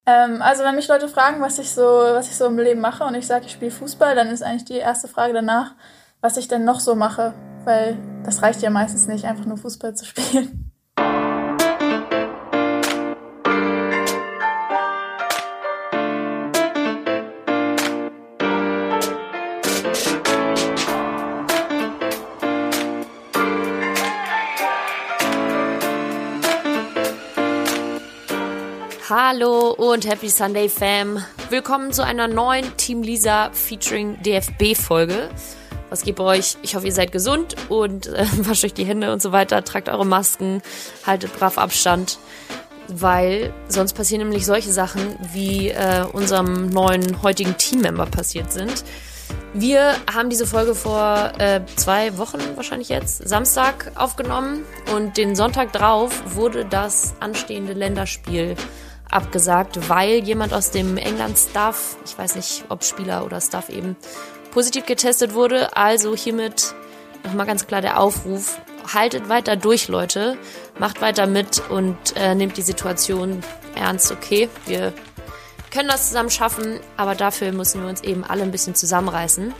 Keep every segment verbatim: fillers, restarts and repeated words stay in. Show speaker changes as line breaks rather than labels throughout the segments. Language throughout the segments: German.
Ähm, also wenn mich Leute fragen, was ich so, was ich so im Leben mache und ich sage, ich spiele Fußball, dann ist eigentlich die erste Frage danach, was ich denn noch so mache, weil das reicht ja meistens nicht, einfach nur Fußball zu spielen.
Hallo und Happy Sunday Fam. Willkommen zu einer neuen Team Lisa featuring D F B-Folge. Was geht bei euch? Ich hoffe, ihr seid gesund und äh, wascht euch die Hände und so weiter. Tragt eure Masken, haltet brav Abstand, weil sonst passieren nämlich solche Sachen, wie äh, unserem neuen heutigen Teammember passiert sind. Wir haben diese Folge vor äh, zwei Wochen wahrscheinlich jetzt, Samstag aufgenommen und den Sonntag drauf wurde das anstehende Länderspiel abgesagt, weil jemand aus dem England-Staff, ich weiß nicht, ob Spieler oder Staff eben, positiv getestet wurde. Also hiermit nochmal ganz klar der Aufruf, haltet weiter durch, Leute, macht weiter mit und äh, nehmt die Situation ernst, okay? Wir können das zusammen schaffen, aber dafür müssen wir uns eben alle ein bisschen zusammenreißen.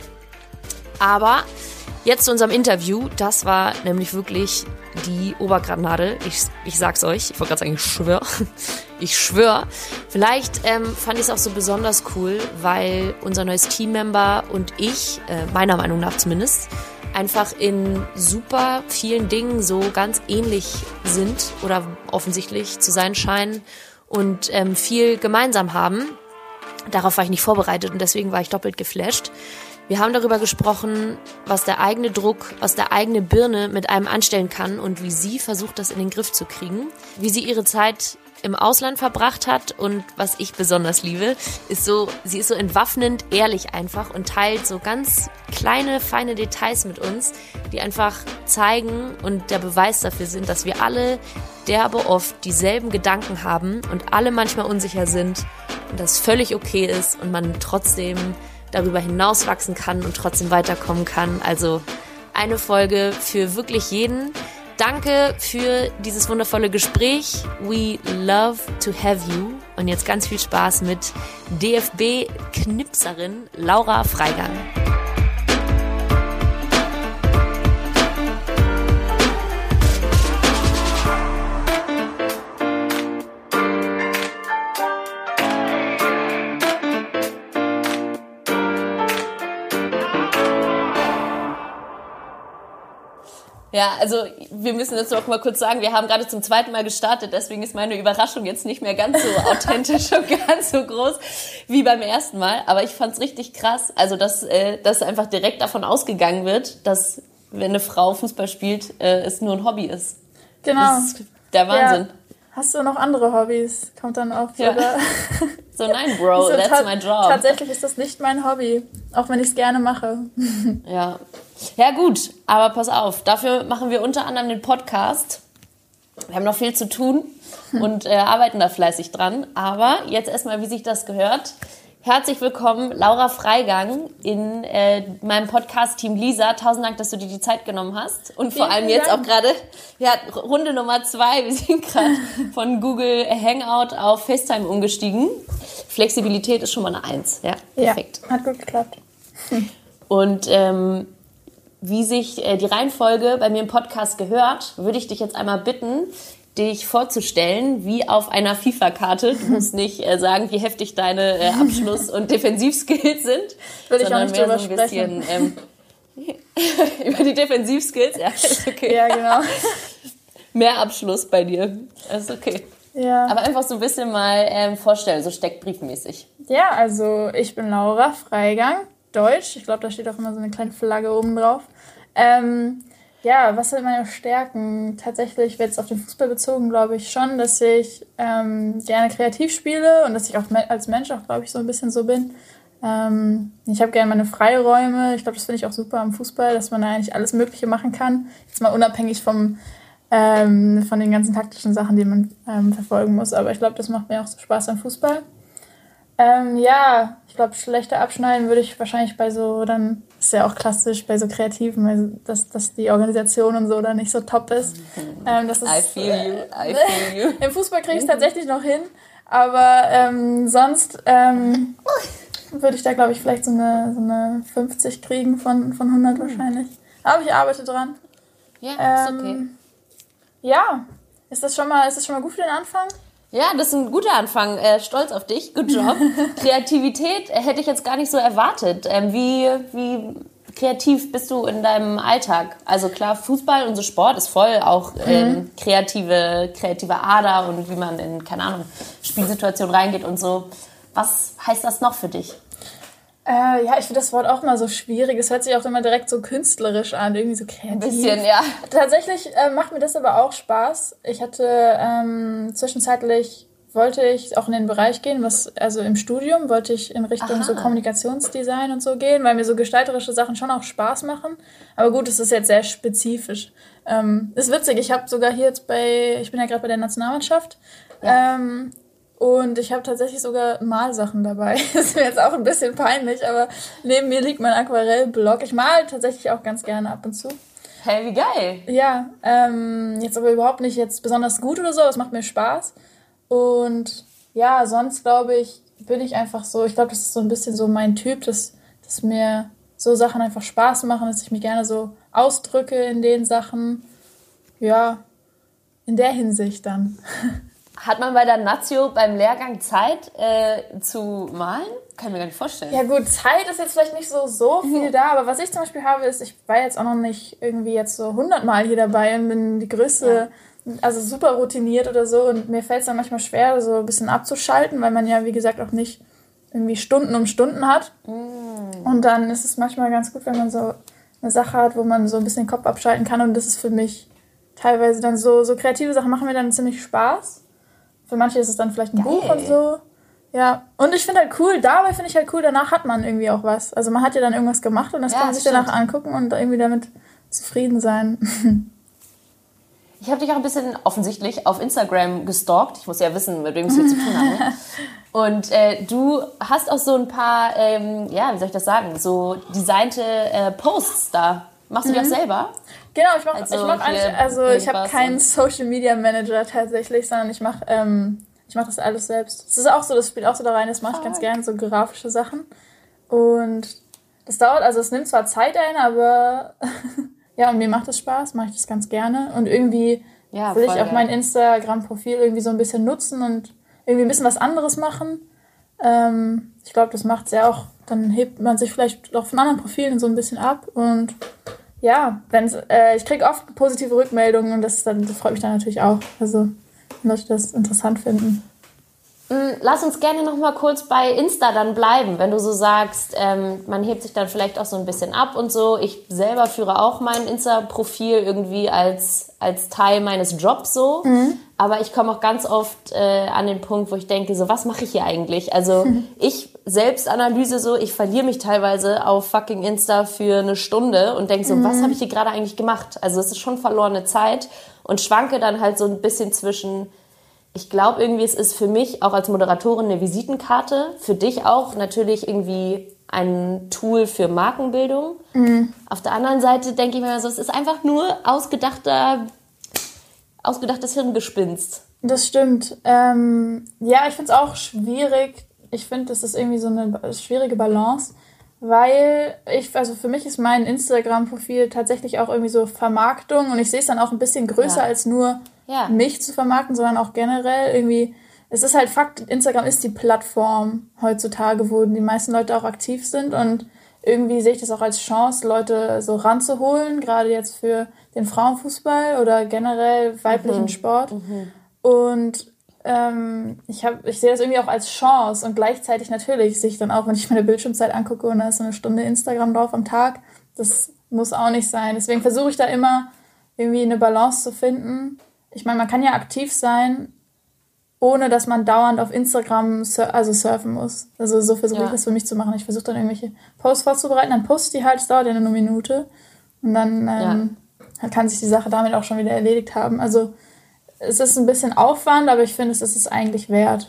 Aber jetzt zu unserem Interview, das war nämlich wirklich die Obergranate. Ich, ich sag's euch, ich wollte gerade sagen, ich schwör. Ich schwör. Vielleicht ähm, fand ich es auch so besonders cool, weil unser neues Teammember und ich, äh, meiner Meinung nach zumindest, einfach in super vielen Dingen so ganz ähnlich sind oder offensichtlich zu sein scheinen und ähm, viel gemeinsam haben. Darauf war ich nicht vorbereitet und deswegen war ich doppelt geflasht. Wir haben darüber gesprochen, was der eigene Druck aus der eigenen Birne mit einem anstellen kann und wie sie versucht, das in den Griff zu kriegen. Wie sie ihre Zeit im Ausland verbracht hat und was ich besonders liebe, ist so, sie ist so entwaffnend ehrlich einfach und teilt so ganz kleine, feine Details mit uns, die einfach zeigen und der Beweis dafür sind, dass wir alle derbe oft dieselben Gedanken haben und alle manchmal unsicher sind und das völlig okay ist und man trotzdem darüber hinauswachsen kann und trotzdem weiterkommen kann. Also eine Folge für wirklich jeden. Danke für dieses wundervolle Gespräch. We love to have you. Und jetzt ganz viel Spaß mit D F B-Knipserin Laura Freigang. Ja, also wir müssen jetzt noch mal kurz sagen, wir haben gerade zum zweiten Mal gestartet, deswegen ist meine Überraschung jetzt nicht mehr ganz so authentisch und ganz so groß wie beim ersten Mal. Aber ich fand's richtig krass, also dass, äh, dass einfach direkt davon ausgegangen wird, dass wenn eine Frau Fußball spielt, äh, es nur ein Hobby ist.
Genau.
Das ist der Wahnsinn.
Ja. Hast du noch andere Hobbys? Kommt dann auch
ja.
sogar.
So, nein, Bro, so, that's ta- my job.
Tatsächlich ist das nicht mein Hobby, auch wenn ich es gerne mache.
Ja. Ja gut, aber pass auf, dafür machen wir unter anderem den Podcast. Wir haben noch viel zu tun und äh, arbeiten da fleißig dran. Aber jetzt erstmal, wie sich das gehört. Herzlich willkommen, Laura Freigang, in äh, meinem Podcast Team Lisa. Tausend Dank, dass du dir die Zeit genommen hast. Und vor allem jetzt auch gerade, ja, Runde Nummer zwei. Wir sind gerade von Google Hangout auf FaceTime umgestiegen. Flexibilität ist schon mal eine Eins. Ja, perfekt.
Ja, hat gut geklappt. Hm.
Und ähm, wie sich äh, die Reihenfolge bei mir im Podcast gehört, würde ich dich jetzt einmal bitten, dich vorzustellen, wie auf einer FIFA-Karte. Du musst nicht äh, sagen, wie heftig deine äh, Abschluss- und Defensivskills sind,
Will
sondern
ich auch nicht
mehr so ein bisschen ähm, über die Defensivskills. Ja, ist okay.
Ja, genau.
Mehr Abschluss bei dir. Das ist okay.
Ja.
Aber einfach so ein bisschen mal ähm, vorstellen, so steckbriefmäßig.
Ja, also ich bin Laura Freigang, Deutsch. Ich glaube, da steht auch immer so eine kleine Flagge oben drauf. Ähm, Ja, was sind meine Stärken? Tatsächlich, jetzt auf den Fußball bezogen, glaube ich schon, dass ich ähm, gerne kreativ spiele und dass ich auch als Mensch auch, glaube ich, so ein bisschen so bin. Ähm, ich habe gerne meine Freiräume. Ich glaube, das finde ich auch super am Fußball, dass man da eigentlich alles Mögliche machen kann. Jetzt mal unabhängig vom, ähm, von den ganzen taktischen Sachen, die man ähm, verfolgen muss. Aber ich glaube, das macht mir auch so Spaß am Fußball. Ähm, ja, ich glaube, schlechter abschneiden würde ich wahrscheinlich bei so, dann ist ja auch klassisch bei so Kreativen, also dass, dass die Organisation und so dann nicht so top ist. Ähm, das ist
I feel you, I feel you.
Im Fußball kriege ich es tatsächlich noch hin, Aber ähm, sonst ähm, würde ich da, glaube ich, vielleicht so eine, so eine fünfzig kriegen von, von hundert wahrscheinlich. Aber ich arbeite dran.
Ja,
Ähm,
ist okay.
Ja, ist das schon mal, ist das schon mal gut für den Anfang?
Ja, das ist ein guter Anfang. Äh, stolz auf dich. Good job. Kreativität äh, hätte ich jetzt gar nicht so erwartet. Ähm, wie, wie kreativ bist du in deinem Alltag? Also klar, Fußball und so Sport ist voll auch ähm, mhm. kreative, kreative Ader und wie man in, keine Ahnung, Spielsituationen reingeht und so. Was heißt das noch für dich?
Äh, ja, ich finde das Wort auch immer so schwierig. Es hört sich auch immer direkt so künstlerisch an, irgendwie so kreativ.
Ein bisschen, ja.
Tatsächlich äh, macht mir das aber auch Spaß. Ich hatte ähm, zwischenzeitlich, wollte ich auch in den Bereich gehen, was also im Studium wollte ich in Richtung Aha. so Kommunikationsdesign und so gehen, weil mir so gestalterische Sachen schon auch Spaß machen. Aber gut, es ist jetzt sehr spezifisch. Ähm, ist witzig, ich habe sogar hier jetzt bei, ich bin ja gerade bei der Nationalmannschaft, ja. ähm, Und ich habe tatsächlich sogar Malsachen dabei. Das ist mir jetzt auch ein bisschen peinlich, aber neben mir liegt mein Aquarellblock. Ich male tatsächlich auch ganz gerne ab und zu.
Hey, wie geil.
Ja, ähm, jetzt aber überhaupt nicht jetzt besonders gut oder so, es macht mir Spaß. Und ja, sonst glaube ich, bin ich einfach so, ich glaube, das ist so ein bisschen so mein Typ, dass, dass mir so Sachen einfach Spaß machen, dass ich mich gerne so ausdrücke in den Sachen. Ja, in der Hinsicht dann.
Hat man bei der Nazio beim Lehrgang Zeit äh, zu malen? Kann ich mir gar nicht vorstellen.
Ja gut, Zeit ist jetzt vielleicht nicht so, so viel mhm. da, aber was ich zum Beispiel habe, ist, ich war jetzt auch noch nicht irgendwie jetzt so hundert Mal hier dabei und bin die größte, ja. also super routiniert oder so, und mir fällt es dann manchmal schwer, so ein bisschen abzuschalten, weil man ja, wie gesagt, auch nicht irgendwie Stunden um Stunden hat. Mhm. Und dann ist es manchmal ganz gut, wenn man so eine Sache hat, wo man so ein bisschen den Kopf abschalten kann, und das ist für mich teilweise dann so, so kreative Sachen machen mir dann ziemlich Spaß. Für manche ist es dann vielleicht ein Geil. Buch und so. Ja, und ich finde halt cool, dabei finde ich halt cool, danach hat man irgendwie auch was. Also man hat ja dann irgendwas gemacht und das ja, kann man sich stimmt. danach angucken und irgendwie damit zufrieden sein.
Ich habe dich auch ein bisschen offensichtlich auf Instagram gestalkt. Ich muss ja wissen, mit wem es hier zu tun hat. Ne? Und äh, du hast auch so ein paar, ähm, ja, wie soll ich das sagen, so designte äh, Posts da. Machst du mhm. die auch selber?
Genau, ich mache also ich mach eigentlich, also ich habe keinen Social Media Manager tatsächlich, sondern ich mache ähm, ich mache das alles selbst. Das ist auch so, das spielt auch so da rein, das mache ich ganz gerne, so grafische Sachen. Und das dauert, also es nimmt zwar Zeit ein, aber ja, und mir macht es Spaß, mache ich das ganz gerne. Und irgendwie ja, will ich auch geil. mein Instagram-Profil irgendwie so ein bisschen nutzen und irgendwie ein bisschen was anderes machen. Ähm, ich glaube, das macht es ja auch, dann hebt man sich vielleicht auch von anderen Profilen so ein bisschen ab und ja, wenn's, äh, ich kriege oft positive Rückmeldungen und das, dann, das freut mich dann natürlich auch. Also, wenn Leute das interessant finden.
Lass uns gerne noch mal kurz bei Insta dann bleiben, wenn du so sagst, ähm, man hebt sich dann vielleicht auch so ein bisschen ab und so. Ich selber führe auch mein Insta-Profil irgendwie als, als Teil meines Jobs so. Mhm. Aber ich komme auch ganz oft äh, an den Punkt, wo ich denke, so, was mache ich hier eigentlich? Also mhm. ich Selbstanalyse so, ich verliere mich teilweise auf fucking Insta für eine Stunde und denke so, mhm. was habe ich hier gerade eigentlich gemacht? Also es ist schon verlorene Zeit und schwanke dann halt so ein bisschen zwischen, ich glaube irgendwie, es ist für mich auch als Moderatorin eine Visitenkarte, für dich auch natürlich irgendwie ein Tool für Markenbildung. Mhm. Auf der anderen Seite denke ich mir so, es ist einfach nur ausgedachter, ausgedachtes Hirngespinst.
Das stimmt. Ähm, ja, ich finde es auch schwierig. Ich finde, das ist irgendwie so eine schwierige Balance, weil ich, also für mich ist mein Instagram-Profil tatsächlich auch irgendwie so Vermarktung und ich sehe es dann auch ein bisschen größer ja. als nur ja. mich zu vermarkten, sondern auch generell irgendwie, es ist halt Fakt, Instagram ist die Plattform heutzutage, wo die meisten Leute auch aktiv sind und irgendwie sehe ich das auch als Chance, Leute so ranzuholen, gerade jetzt für den Frauenfußball oder generell weiblichen mhm. Sport. Mhm. Und ähm, ich, hab, ich sehe das irgendwie auch als Chance und gleichzeitig natürlich sehe ich dann auch, wenn ich meine Bildschirmzeit angucke und da ist so eine Stunde Instagram drauf am Tag, das muss auch nicht sein. Deswegen versuche ich da immer irgendwie eine Balance zu finden. Ich meine, man kann ja aktiv sein, ohne dass man dauernd auf Instagram sur- also surfen muss. Also so versuche ja. ich das für mich zu machen. Ich versuche dann irgendwelche Posts vorzubereiten, dann poste ich die halt, es dauert ja nur eine Minute und dann ähm, ja. kann sich die Sache damit auch schon wieder erledigt haben. Also es ist ein bisschen Aufwand, aber ich finde, es ist es eigentlich wert.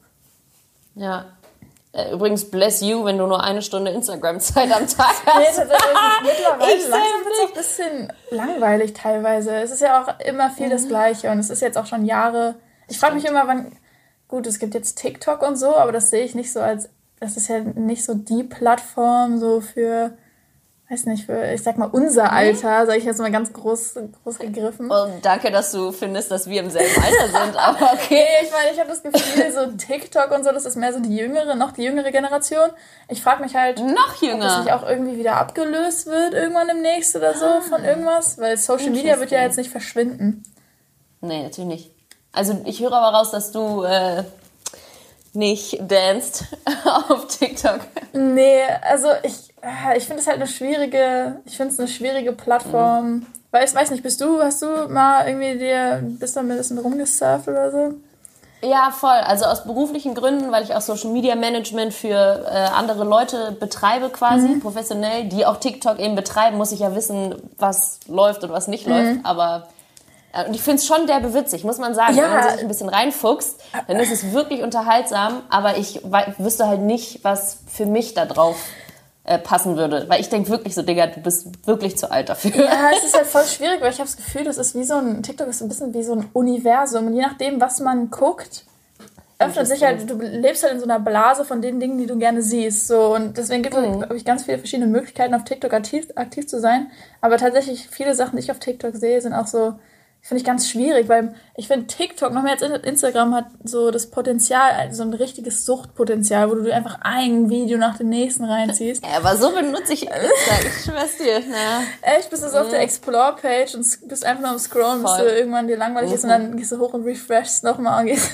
Ja. Übrigens, bless you, wenn du nur eine Stunde Instagram-Zeit am Tag hast. Nee, tatsächlich,
mittlerweile langsam wird es auch ein bisschen langweilig teilweise. Es ist ja auch immer viel mhm. das Gleiche und es ist jetzt auch schon Jahre. Ich frage mich immer, wann gut, es gibt jetzt TikTok und so, aber das sehe ich nicht so als, das ist ja nicht so die Plattform so für, weiß nicht, für, ich sag mal, unser Alter, sage ich jetzt mal ganz groß, groß gegriffen.
Und danke, dass du findest, dass wir im selben Alter sind, aber okay.
Nee, ich meine, ich habe das Gefühl, so TikTok und so, das ist mehr so die jüngere, noch die jüngere Generation. Ich frage mich halt,
noch jünger.
ob das nicht auch irgendwie wieder abgelöst wird, irgendwann demnächst oder so von irgendwas, weil Social Media wird ja jetzt nicht verschwinden.
Nee, natürlich nicht. Also ich höre aber raus, dass du äh, nicht danst auf TikTok.
Nee, also ich, ich finde es halt eine schwierige, ich finde es eine schwierige Plattform. Mhm. Weiß, weiß nicht, bist du, hast du mal irgendwie dir, bist da ein bisschen rumgesurft oder so?
Ja, voll. Also aus beruflichen Gründen, weil ich auch Social Media Management für äh, andere Leute betreibe quasi, mhm. professionell, die auch TikTok eben betreiben, muss ich ja wissen, was läuft und was nicht mhm. läuft. Aber äh, und ich finde es schon derbe witzig, muss man sagen. Ja. Wenn man sich ein bisschen reinfuchst, dann ist es wirklich unterhaltsam, aber ich we- wüsste halt nicht, was für mich da drauf äh, passen würde. Weil ich denke wirklich so, Digga, du bist wirklich zu alt dafür.
Ja, es ist halt voll schwierig, weil ich habe das Gefühl, das ist wie so ein, TikTok ist ein bisschen wie so ein Universum. Und je nachdem, was man guckt, öffnet sich halt, du lebst halt in so einer Blase von den Dingen, die du gerne siehst. So. Und deswegen gibt es, mhm. glaube ich, ganz viele verschiedene Möglichkeiten, auf TikTok aktiv, aktiv zu sein. Aber tatsächlich, viele Sachen, die ich auf TikTok sehe, sind auch so, finde ich ganz schwierig, weil ich finde, TikTok noch mehr als Instagram hat so das Potenzial, so ein richtiges Suchtpotenzial, wo du dir einfach ein Video nach dem nächsten reinziehst.
Ja, aber so benutze ich Insta, ich schwör's dir. Na.
Echt, bist du so mhm. auf der Explore-Page und bist einfach nur am Scrollen, bis du irgendwann dir langweilig mhm. ist und dann gehst du hoch und refreshst nochmal und gehst...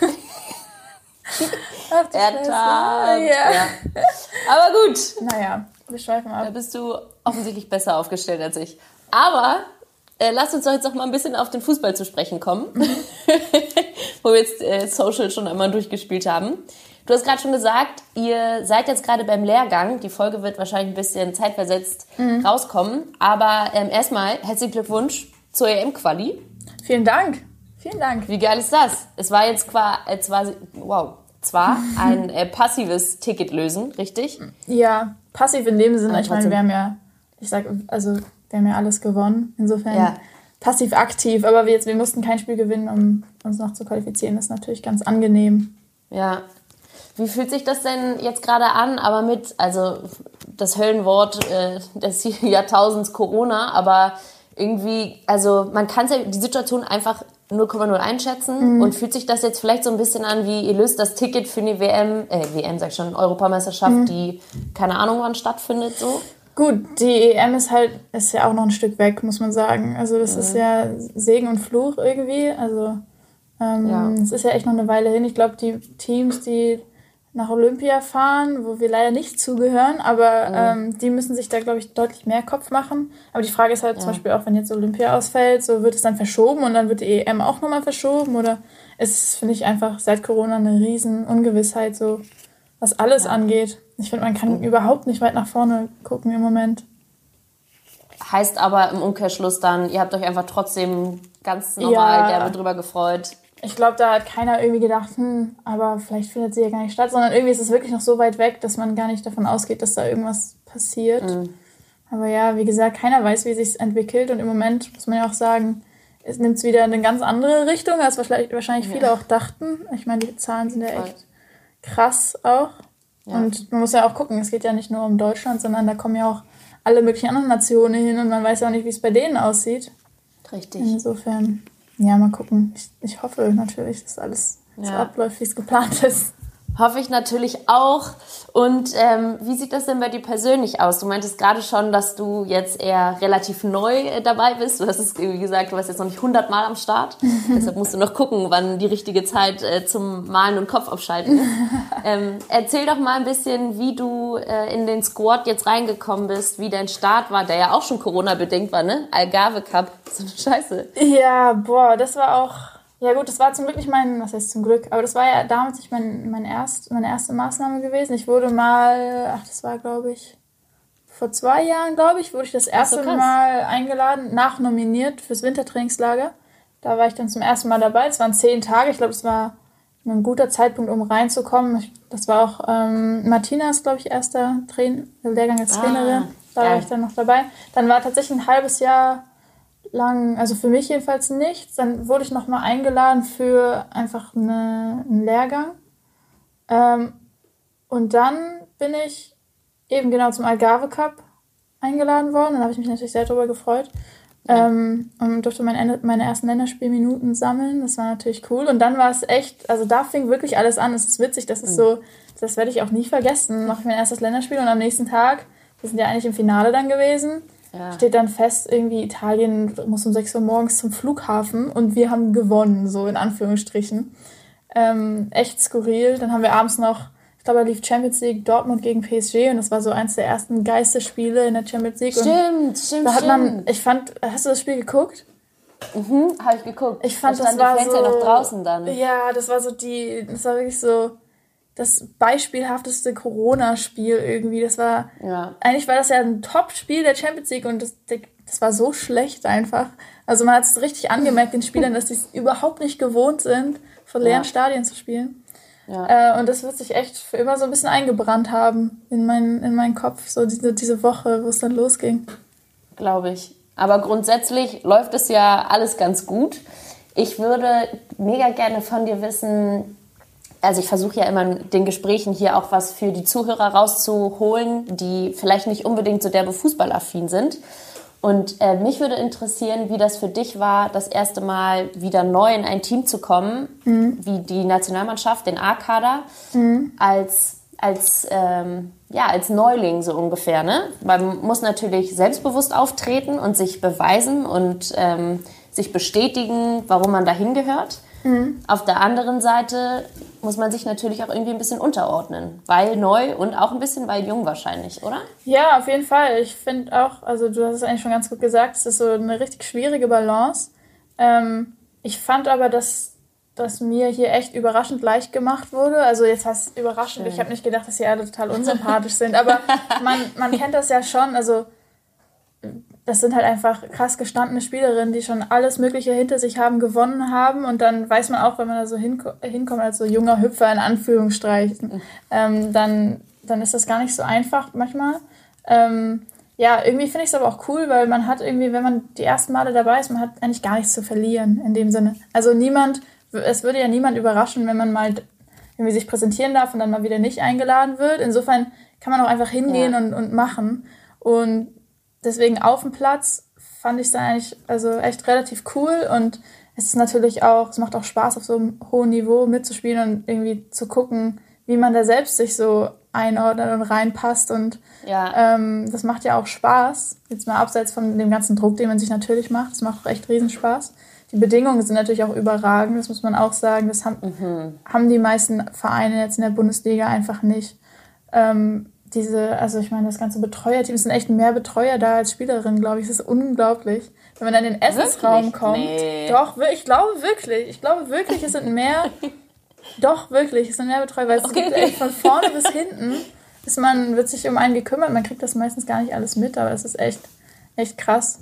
Ach,
Ertappt. Ja. Ja. Aber gut.
Naja, wir schweifen ab.
Da bist du offensichtlich besser aufgestellt als ich. Aber... Äh, lasst uns doch jetzt noch mal ein bisschen auf den Fußball zu sprechen kommen, wo wir jetzt äh, Social schon einmal durchgespielt haben. Du hast gerade schon gesagt, ihr seid jetzt gerade beim Lehrgang. Die Folge wird wahrscheinlich ein bisschen zeitversetzt mhm. rauskommen. Aber ähm, erstmal herzlichen Glückwunsch zur E M-Quali.
Vielen Dank. Vielen Dank.
Wie geil ist das? Es war jetzt qua, äh, zwar, wow, zwar ein äh, passives Ticket lösen, richtig?
Ja, passiv in dem Sinne. Aber ich meine, wir haben ja, ich sag, also... Wir haben ja alles gewonnen. Insofern ja. passiv-aktiv. Aber wir, jetzt, wir mussten kein Spiel gewinnen, um uns noch zu qualifizieren. Das ist natürlich ganz angenehm.
Ja. Wie fühlt sich das denn jetzt gerade an? Aber mit, also das Höllenwort äh, des Jahrtausends Corona, aber irgendwie, also man kann ja die Situation einfach null Komma null einschätzen. Mhm. Und fühlt sich das jetzt vielleicht so ein bisschen an, wie ihr löst das Ticket für eine W M, äh, W M sag ich schon, Europameisterschaft, mhm. die keine Ahnung wann stattfindet, so?
Gut, die E M ist halt, ist ja auch noch ein Stück weg, muss man sagen. Also das mhm. ist ja Segen und Fluch irgendwie. Also ähm, ja. es ist ja echt noch eine Weile hin. Ich glaube, die Teams, die nach Olympia fahren, wo wir leider nicht zugehören, aber mhm. ähm, die müssen sich da, glaube ich, deutlich mehr Kopf machen. Aber die Frage ist halt ja. zum Beispiel auch, wenn jetzt Olympia ausfällt, so wird es dann verschoben und dann wird die E M auch nochmal verschoben? Oder ist es, finde ich, einfach seit Corona eine riesen Ungewissheit, so was alles ja. angeht. Ich finde, man kann überhaupt nicht weit nach vorne gucken im Moment.
Heißt aber im Umkehrschluss dann, ihr habt euch einfach trotzdem ganz normal ja. derbe drüber gefreut.
Ich glaube, da hat keiner irgendwie gedacht, hm, aber vielleicht findet sie ja gar nicht statt, sondern irgendwie ist es wirklich noch so weit weg, dass man gar nicht davon ausgeht, dass da irgendwas passiert. Mhm. Aber ja, wie gesagt, keiner weiß, wie es sich entwickelt und im Moment muss man ja auch sagen, es nimmt wieder eine ganz andere Richtung, als wahrscheinlich viele ja. auch dachten. Ich meine, die Zahlen sind ja Voll. echt krass auch. Ja. Und man muss ja auch gucken, es geht ja nicht nur um Deutschland, sondern da kommen ja auch alle möglichen anderen Nationen hin und man weiß ja auch nicht, wie es bei denen aussieht.
Richtig.
Insofern, ja, mal gucken. Ich, ich hoffe natürlich, dass alles ja. so abläuft, wie es geplant ist.
Hoffe ich natürlich auch. Und ähm, wie sieht das denn bei dir persönlich aus? Du meintest gerade schon, dass du jetzt eher relativ neu äh, dabei bist. Du hast es, wie gesagt, du warst jetzt noch nicht hundert Mal am Start. Deshalb musst du noch gucken, wann die richtige Zeit äh, zum Malen und Kopf abschalten ist. ähm, erzähl doch mal ein bisschen, wie du äh, in den Squad jetzt reingekommen bist, wie dein Start war, der ja auch schon Corona-bedingt war, ne? Algarve Cup, so eine Scheiße.
Ja, boah, das war auch... Ja gut, das war zum Glück nicht mein, was heißt zum Glück, aber das war ja damals nicht mein, mein erst, meine erste Maßnahme gewesen. Ich wurde mal, ach das war glaube ich, vor zwei Jahren glaube ich, wurde ich das erste so Mal eingeladen, nachnominiert fürs Wintertrainingslager. Da war ich dann zum ersten Mal dabei, es waren zehn Tage, ich glaube es war ein guter Zeitpunkt, um reinzukommen. Das war auch ähm, Martinas, glaube ich, erster Train- Lehrgang als Trainerin, ah, da war ja. ich dann noch dabei. Dann war tatsächlich ein halbes Jahr lang, also für mich jedenfalls nichts. Dann wurde ich nochmal eingeladen für einfach eine, einen Lehrgang Ähm, und dann bin ich eben genau zum Algarve Cup eingeladen worden. Dann habe ich mich natürlich sehr darüber gefreut. Ja. Ähm, und durfte meine, meine ersten Länderspielminuten sammeln. Das war natürlich cool. Und dann war es echt, also da fing wirklich alles an. Es ist witzig, das ist mhm. so, das werde ich auch nie vergessen. Mache ich mein erstes Länderspiel und am nächsten Tag, wir sind ja eigentlich im Finale dann gewesen, ja. steht dann fest, irgendwie Italien muss um sechs Uhr morgens zum Flughafen und wir haben gewonnen, so in Anführungsstrichen. Ähm, echt skurril. Dann haben wir abends noch, ich glaube, da lief Champions League Dortmund gegen P S G und das war so eins der ersten Geisterspiele in der Champions League.
Stimmt,
und
stimmt,
da hat man,
stimmt.
ich fand, hast du das Spiel geguckt?
Mhm, habe ich geguckt.
Ich fand,
da
das war
die Fans
so,
ja noch draußen dann.
Ja, das war so die, das war wirklich so das beispielhafteste Corona-Spiel irgendwie. Das war, ja. eigentlich war das ja ein Top-Spiel der Champions League und das, das war so schlecht einfach. Also man hat es richtig angemerkt den Spielern, dass die es überhaupt nicht gewohnt sind, vor leeren ja. Stadien zu spielen. Ja. Äh, und das wird sich echt für immer so ein bisschen eingebrannt haben in meinen, in meinen Kopf, so diese, diese Woche, wo es dann losging.
Glaube ich. Aber grundsätzlich läuft es ja alles ganz gut. Ich würde mega gerne von dir wissen, also ich versuche ja immer in den Gesprächen hier auch was für die Zuhörer rauszuholen, die vielleicht nicht unbedingt so derbe fußballaffin sind. Und äh, mich würde interessieren, wie das für dich war, das erste Mal wieder neu in ein Team zu kommen, mhm. wie die Nationalmannschaft, den A-Kader, mhm. als, als, ähm, ja, als Neuling so ungefähr. Ne? Man muss natürlich selbstbewusst auftreten und sich beweisen und ähm, sich bestätigen, warum man dahin gehört. Mhm. Auf der anderen Seite muss man sich natürlich auch irgendwie ein bisschen unterordnen, weil neu und auch ein bisschen weil jung wahrscheinlich, oder?
Ja, auf jeden Fall. Ich finde auch, also du hast es eigentlich schon ganz gut gesagt, es ist so eine richtig schwierige Balance. Ähm, ich fand aber, dass, dass mir hier echt überraschend leicht gemacht wurde. Also jetzt heißt es überraschend, Schön. Ich habe nicht gedacht, dass sie alle total unsympathisch sind, aber man, man kennt das ja schon, also das sind halt einfach krass gestandene Spielerinnen, die schon alles Mögliche hinter sich haben, gewonnen haben. Und dann weiß man auch, wenn man da so hinko- hinkommt als so junger Hüpfer in Anführungsstrichen, mhm. ähm, dann, dann ist das gar nicht so einfach manchmal. Ähm, ja, irgendwie finde ich es aber auch cool, weil man hat irgendwie, wenn man die ersten Male dabei ist, man hat eigentlich gar nichts zu verlieren in dem Sinne. Also niemand, es würde ja niemand überraschen, wenn man mal irgendwie sich präsentieren darf und dann mal wieder nicht eingeladen wird. Insofern kann man auch einfach hingehen ja. und, und machen. Und deswegen auf dem Platz fand ich es dann eigentlich also echt relativ cool und es ist natürlich auch, es macht auch Spaß auf so einem hohen Niveau mitzuspielen und irgendwie zu gucken, wie man da selbst sich so einordnet und reinpasst und ja. ähm, das macht ja auch Spaß, jetzt mal abseits von dem ganzen Druck, den man sich natürlich macht, das macht auch echt riesen Spaß. Die Bedingungen sind natürlich auch überragend, das muss man auch sagen, das haben, mhm. haben die meisten Vereine jetzt in der Bundesliga einfach nicht. Ähm, Diese, also ich meine, das ganze Betreuerteam, es sind echt mehr Betreuer da als Spielerinnen, glaube ich. Das ist unglaublich. Wenn man dann in den Essensraum wirklich? kommt. Nee. Doch, ich glaube wirklich. Ich glaube wirklich, es sind mehr. Doch, wirklich, es sind mehr Betreuer, weil es okay, gibt okay. echt von vorne bis hinten. Ist man, wird sich um einen gekümmert. Man kriegt das meistens gar nicht alles mit, aber es ist echt, echt krass.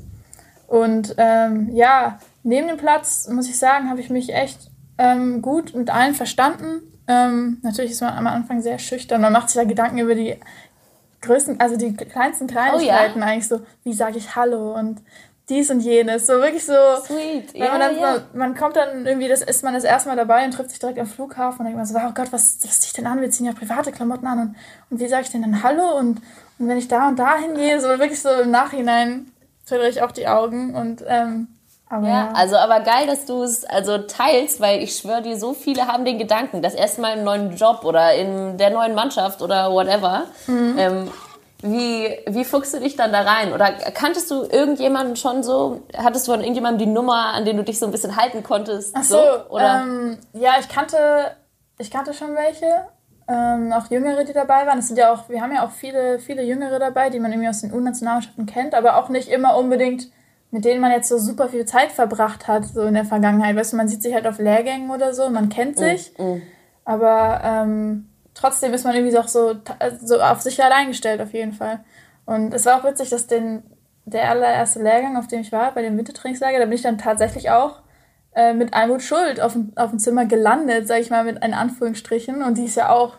Und ähm, ja, neben dem Platz, muss ich sagen, habe ich mich echt ähm, gut mit allen verstanden. Ähm, natürlich ist man am Anfang sehr schüchtern. Man macht sich ja Gedanken über die größten, also die kleinsten Kleinigkeiten oh, ja? eigentlich so, wie sage ich Hallo und dies und jenes. So wirklich so.
Sweet.
Ja, man, dann, ja. man kommt dann irgendwie, das ist man das erste Mal dabei und trifft sich direkt am Flughafen und denkt man so, oh Gott, was, was zieh ich denn an? Wir ziehen ja private Klamotten an und, und wie sage ich denn dann Hallo? Und, und wenn ich da und da hingehe, so wirklich so im Nachhinein verdrehe ich auch die Augen und ähm, Aber
ja, also aber geil, dass du es also teilst, weil ich schwöre dir, so viele haben den Gedanken, das erste Mal im neuen Job oder in der neuen Mannschaft oder whatever. Mhm. Ähm, wie, wie fuchst du dich dann da rein? Oder kanntest du irgendjemanden schon so? Hattest du von irgendjemandem die Nummer, an den du dich so ein bisschen halten konntest?
Ach so, so? Oder? Ähm, ja, ich kannte, ich kannte schon welche. Ähm, auch Jüngere, die dabei waren. Es sind ja auch, wir haben ja auch viele, viele Jüngere dabei, die man irgendwie aus den U-Nationalmannschaften kennt, aber auch nicht immer unbedingt mit denen man jetzt so super viel Zeit verbracht hat, so in der Vergangenheit. Weißt du, man sieht sich halt auf Lehrgängen oder so, man kennt sich, mm, mm. aber ähm, trotzdem ist man irgendwie doch so, so auf sich allein gestellt, auf jeden Fall. Und es war auch witzig, dass den, der allererste Lehrgang, auf dem ich war, bei dem Wintertrainingslager, da bin ich dann tatsächlich auch äh, mit Almut Schuld auf dem, auf dem Zimmer gelandet, sag ich mal, mit in Anführungsstrichen. Und die ist ja auch,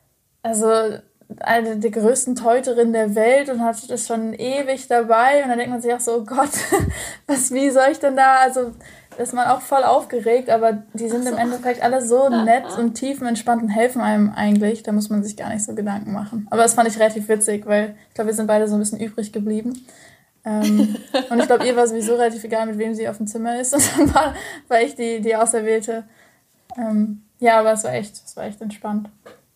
also eine der größten Teuterinnen der Welt und hat das schon ewig dabei und dann denkt man sich auch so, oh Gott, was, wie soll ich denn da, also ist man auch voll aufgeregt, aber die sind so. Im Endeffekt alle so nett und tiefenentspannt und helfen einem eigentlich. Da muss man sich gar nicht so Gedanken machen. Aber das fand ich relativ witzig, weil ich glaube, wir sind beide so ein bisschen übrig geblieben. ähm, und ich glaube, ihr war sowieso relativ egal, mit wem sie auf dem Zimmer ist. Und dann war, war ich die, die Auserwählte. Ähm, ja, aber es war echt, es war echt entspannt.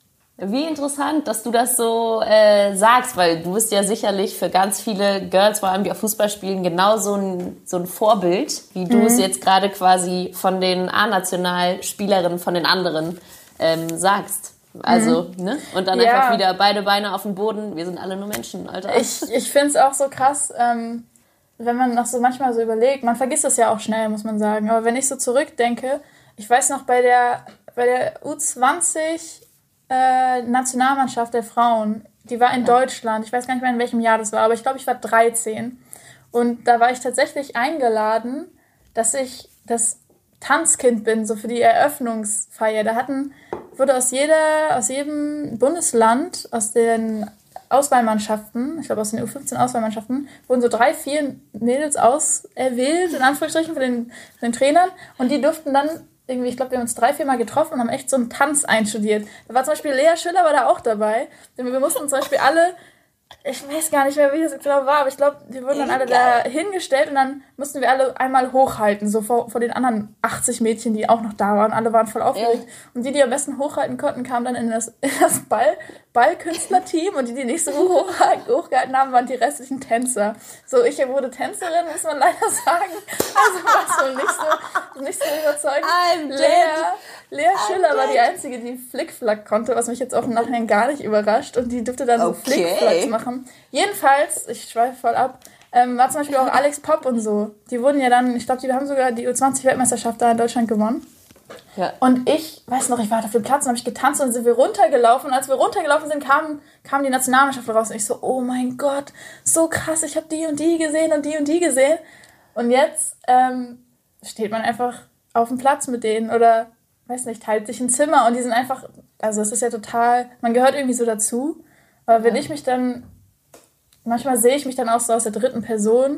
Wie interessant, dass du das so äh, sagst, weil du bist ja sicherlich für ganz viele Girls, vor allem die auf Fußball spielen, genau so ein, so ein Vorbild, wie du mhm. es jetzt gerade quasi von den A-Nationalspielerinnen von den anderen ähm, sagst. Also, mhm. ne? Und dann ja. einfach wieder beide Beine auf dem Boden. Wir sind alle nur Menschen, Alter.
Ich, ich finde es auch so krass, ähm, wenn man noch so manchmal so überlegt, man vergisst das ja auch schnell, muss man sagen, aber wenn ich so zurückdenke, ich weiß noch, bei der, bei der U zwanzig äh, Nationalmannschaft der Frauen, die war in ja. Deutschland, ich weiß gar nicht mehr, in welchem Jahr das war, aber ich glaube, ich war dreizehn und da war ich tatsächlich eingeladen, dass ich das Tanzkind bin, so für die Eröffnungsfeier. Da hatten, wurde aus jeder, aus jedem Bundesland, aus den Auswahlmannschaften, ich glaube aus den U fünfzehn Auswahlmannschaften, wurden so drei, vier Mädels auserwählt, in Anführungsstrichen, von den, von den Trainern, und die durften dann irgendwie, ich glaube, wir haben uns drei, vier Mal getroffen und haben echt so einen Tanz einstudiert. Da war zum Beispiel Lea Schüller war da auch dabei. Denn wir mussten zum Beispiel alle, ich weiß gar nicht mehr, wie das genau war, aber ich glaube, wir wurden dann alle da hingestellt und dann mussten wir alle einmal hochhalten, so vor, vor den anderen achtzig Mädchen, die auch noch da waren. Alle waren voll aufgeregt. Ja. Und die, die am besten hochhalten konnten, kamen dann in das, in das Ball, Ballkünstlerteam, und die, die nicht so hoch, hochgehalten haben, waren die restlichen Tänzer. So, ich wurde Tänzerin, muss man leider sagen. Also war so nicht so, nicht so überzeugend. Lea, Lea Schüller war die Einzige, die Flickflack konnte, was mich jetzt auch im Nachhinein gar nicht überrascht. Und die durfte dann okay. so Flickflacks machen. Jedenfalls, ich schweife voll ab, ähm, war zum Beispiel auch Alex Popp und so. Die wurden ja dann, ich glaube, die haben sogar die U zwanzig Weltmeisterschaft da in Deutschland gewonnen. Ja. Und ich weiß noch, ich war auf dem Platz und habe ich getanzt und dann sind wir runtergelaufen. Und als wir runtergelaufen sind, kam, kam die Nationalmannschaft raus. Und ich so, oh mein Gott, so krass, ich habe die und die gesehen und die und die gesehen. Und jetzt ähm, steht man einfach auf dem Platz mit denen oder, weiß nicht, teilt sich ein Zimmer. Und die sind einfach, also es ist ja total, man gehört irgendwie so dazu. Aber wenn ja. ich mich dann, manchmal sehe ich mich dann auch so aus der dritten Person,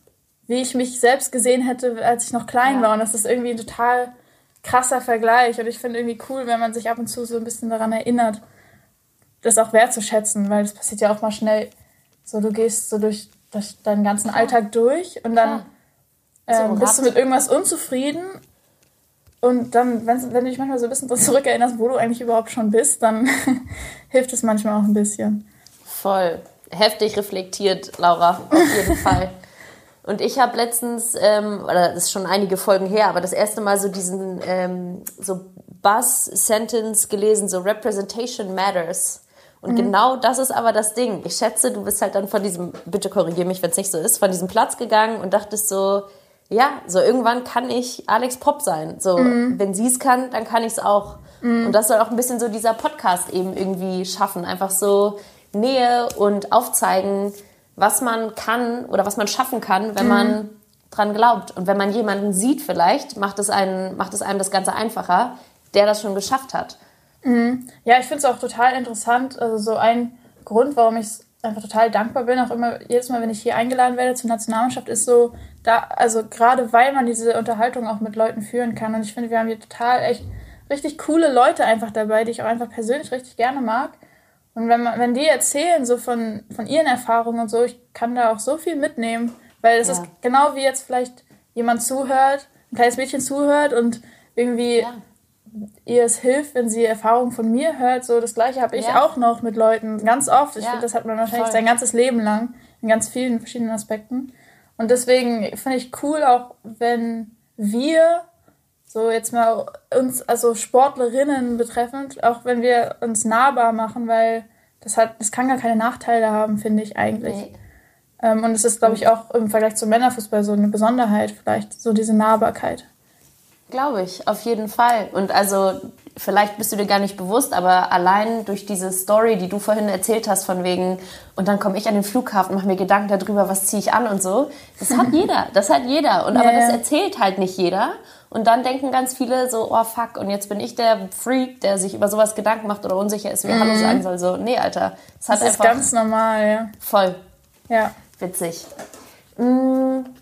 wie ich mich selbst gesehen hätte, als ich noch klein ja. war. Und das ist irgendwie ein total krasser Vergleich. Und ich finde irgendwie cool, wenn man sich ab und zu so ein bisschen daran erinnert, das auch wertzuschätzen, weil das passiert ja auch mal schnell. So, du gehst so durch, durch deinen ganzen Alltag durch und dann ähm, so bist du mit irgendwas unzufrieden. Und dann, wenn, wenn du dich manchmal so ein bisschen zurückerinnerst, wo du eigentlich überhaupt schon bist, dann hilft es manchmal auch ein bisschen.
Voll. Heftig reflektiert, Laura, auf jeden Fall. Und ich habe letztens, ähm, oder das ist schon einige Folgen her, aber das erste Mal so diesen ähm, so Buzz-Sentence gelesen, so Representation Matters. Und mhm. genau das ist aber das Ding. Ich schätze, du bist halt dann von diesem, bitte korrigier mich, wenn es nicht so ist, von diesem Platz gegangen und dachtest so, ja, so irgendwann kann ich Alex Popp sein. So, mhm. wenn sie es kann, dann kann ich es auch. Mhm. Und das soll auch ein bisschen so dieser Podcast eben irgendwie schaffen. Einfach so Nähe und aufzeigen, was man kann oder was man schaffen kann, wenn mhm. man dran glaubt. Und wenn man jemanden sieht vielleicht, macht es, einen, macht es einem das Ganze einfacher, der das schon geschafft hat.
Mhm. Ja, ich finde es auch total interessant. Also so ein Grund, warum ich einfach total dankbar bin, auch immer jedes Mal, wenn ich hier eingeladen werde zur Nationalmannschaft, ist so, da, also gerade weil man diese Unterhaltung auch mit Leuten führen kann. Und ich finde, wir haben hier total echt richtig coole Leute einfach dabei, die ich auch einfach persönlich richtig gerne mag. Und wenn man, wenn die erzählen so von, von ihren Erfahrungen und so, ich kann da auch so viel mitnehmen, weil es ja. ist genau wie jetzt vielleicht jemand zuhört, ein kleines Mädchen zuhört und irgendwie ja. ihr es hilft, wenn sie Erfahrungen von mir hört. So das Gleiche habe ich ja. auch noch mit Leuten, ganz oft. Ich ja. finde, das hat man wahrscheinlich Voll. sein ganzes Leben lang, in ganz vielen verschiedenen Aspekten. Und deswegen finde ich cool, auch wenn wir so jetzt mal uns, also Sportlerinnen betreffend, auch wenn wir uns nahbar machen, weil das hat, das kann gar keine Nachteile haben, finde ich eigentlich. Nee. Ähm, und es ist, glaube ich, auch im Vergleich zum Männerfußball so eine Besonderheit vielleicht, so diese Nahbarkeit.
Glaube ich, auf jeden Fall. Und also vielleicht bist du dir gar nicht bewusst, aber allein durch diese Story, die du vorhin erzählt hast, von wegen, und dann komme ich an den Flughafen, mache mir Gedanken darüber, was ziehe ich an und so. Das hat jeder, das hat jeder. Und ja, aber das erzählt halt nicht jeder. Und dann denken ganz viele so, oh fuck, und jetzt bin ich der Freak, der sich über sowas Gedanken macht oder unsicher ist, wie er mhm. Hallo sagen soll. So, nee, Alter.
Das, hat das ist einfach ganz normal, ja.
Voll.
Ja.
Witzig. Mhm.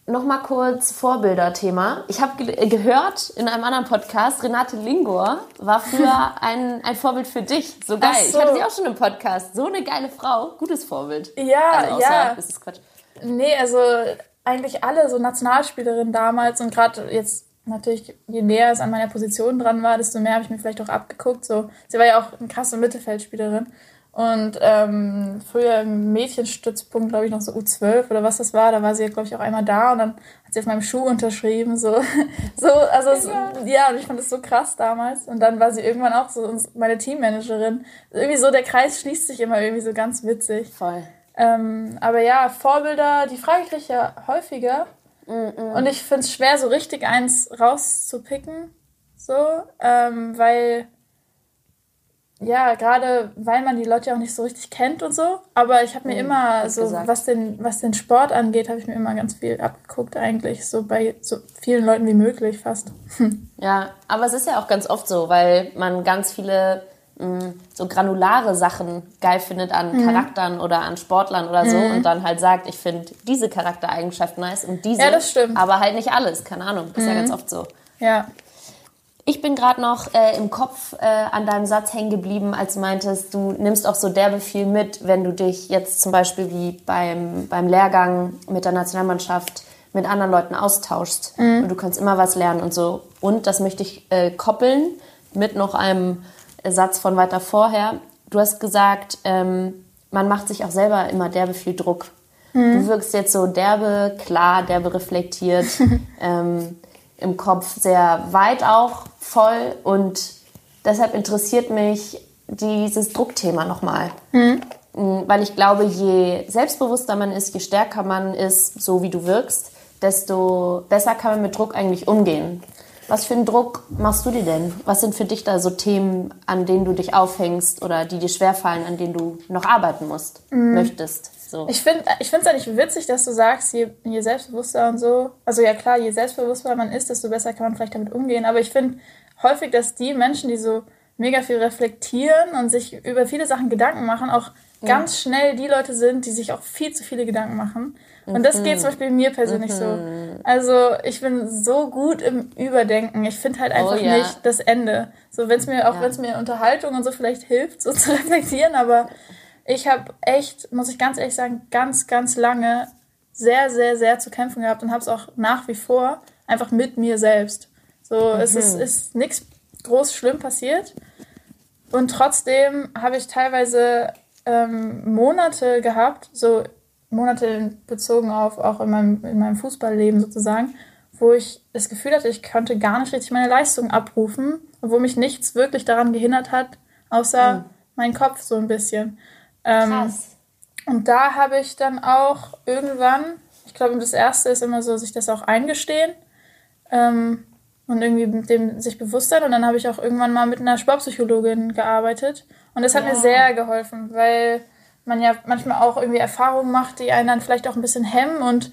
Nochmal kurz Vorbilder-Thema. Ich habe ge- gehört in einem anderen Podcast, Renate Lingor war früher ein, ein Vorbild für dich. So geil. So. Ich hatte sie auch schon im Podcast. So eine geile Frau. Gutes Vorbild.
Ja,
also außer,
ja.
Das ist Quatsch.
Nee, also eigentlich alle so Nationalspielerinnen damals und gerade jetzt natürlich, je näher es an meiner Position dran war, desto mehr habe ich mir vielleicht auch abgeguckt. So, sie war ja auch eine krasse Mittelfeldspielerin. Und ähm, früher im Mädchenstützpunkt, glaube ich, noch so U zwölf oder was das war, da war sie, glaube ich, auch einmal da und dann hat sie auf meinem Schuh unterschrieben. So, so also es, ja, und ich fand das so krass damals. Und dann war sie irgendwann auch so meine Teammanagerin. Irgendwie so, der Kreis schließt sich immer irgendwie so ganz witzig.
Voll.
Ähm, aber ja, Vorbilder, die Frage kriege ich ja häufiger. Mm-mm. Und ich finde es schwer, so richtig eins rauszupicken. So, ähm, weil... Ja, gerade weil man die Leute ja auch nicht so richtig kennt und so. Aber ich habe mir mhm, immer so, was den, was den Sport angeht, habe ich mir immer ganz viel abgeguckt eigentlich. So bei so vielen Leuten wie möglich fast.
Ja, aber es ist ja auch ganz oft so, weil man ganz viele mh, so granulare Sachen geil findet an mhm. Charakteren oder an Sportlern oder so. Mhm. Und dann halt sagt, ich finde diese Charaktereigenschaft nice und diese.
Ja, das stimmt.
Aber halt nicht alles, keine Ahnung. Das ist mhm. ja ganz oft so.
Ja.
Ich bin gerade noch äh, im Kopf äh, an deinem Satz hängen geblieben, als du meintest, du nimmst auch so derbe viel mit, wenn du dich jetzt zum Beispiel wie beim, beim Lehrgang mit der Nationalmannschaft mit anderen Leuten austauschst. Mhm. Und du kannst immer was lernen und so. Und das möchte ich äh, koppeln mit noch einem Satz von weiter vorher. Du hast gesagt, ähm, man macht sich auch selber immer derbe viel Druck. Mhm. Du wirkst jetzt so derbe klar, derbe reflektiert, ähm, im Kopf sehr weit auch, voll, und deshalb interessiert mich dieses Druckthema nochmal. Mhm. Weil ich glaube, je selbstbewusster man ist, je stärker man ist, so wie du wirkst, desto besser kann man mit Druck eigentlich umgehen. Was für einen Druck machst du dir denn? Was sind für dich da so Themen, an denen du dich aufhängst oder die dir schwerfallen, an denen du noch arbeiten musst, mhm. möchtest? So.
Ich finde ich finde es eigentlich witzig, dass du sagst, je, je selbstbewusster und so, also ja klar, je selbstbewusster man ist, desto besser kann man vielleicht damit umgehen, aber ich finde häufig, dass die Menschen, die so mega viel reflektieren und sich über viele Sachen Gedanken machen, auch mhm. ganz schnell die Leute sind, die sich auch viel zu viele Gedanken machen. Und das geht zum Beispiel mir persönlich mhm. so. Also ich bin so gut im Überdenken. Ich finde halt einfach oh, ja. nicht das Ende. So, wenn es mir, auch ja. wenn es mir Unterhaltung und so vielleicht hilft, so zu reflektieren, aber ich habe echt, muss ich ganz ehrlich sagen, ganz, ganz lange sehr, sehr, sehr zu kämpfen gehabt und habe es auch nach wie vor einfach mit mir selbst. So, mhm. es ist, ist nichts groß schlimm passiert und trotzdem habe ich teilweise ähm, Monate gehabt, so Monate bezogen auf auch in meinem, in meinem Fußballleben sozusagen, wo ich das Gefühl hatte, ich konnte gar nicht richtig meine Leistung abrufen, wo mich nichts wirklich daran gehindert hat, außer mhm. mein Kopf so ein bisschen. Ähm, Krass. Und da habe ich dann auch irgendwann, ich glaube, das Erste ist immer so, sich das auch eingestehen ähm, und irgendwie mit dem sich bewusst sein. Und dann habe ich auch irgendwann mal mit einer Sportpsychologin gearbeitet. Und das hat ja. mir sehr geholfen, weil man ja manchmal auch irgendwie Erfahrungen macht, die einen dann vielleicht auch ein bisschen hemmen. Und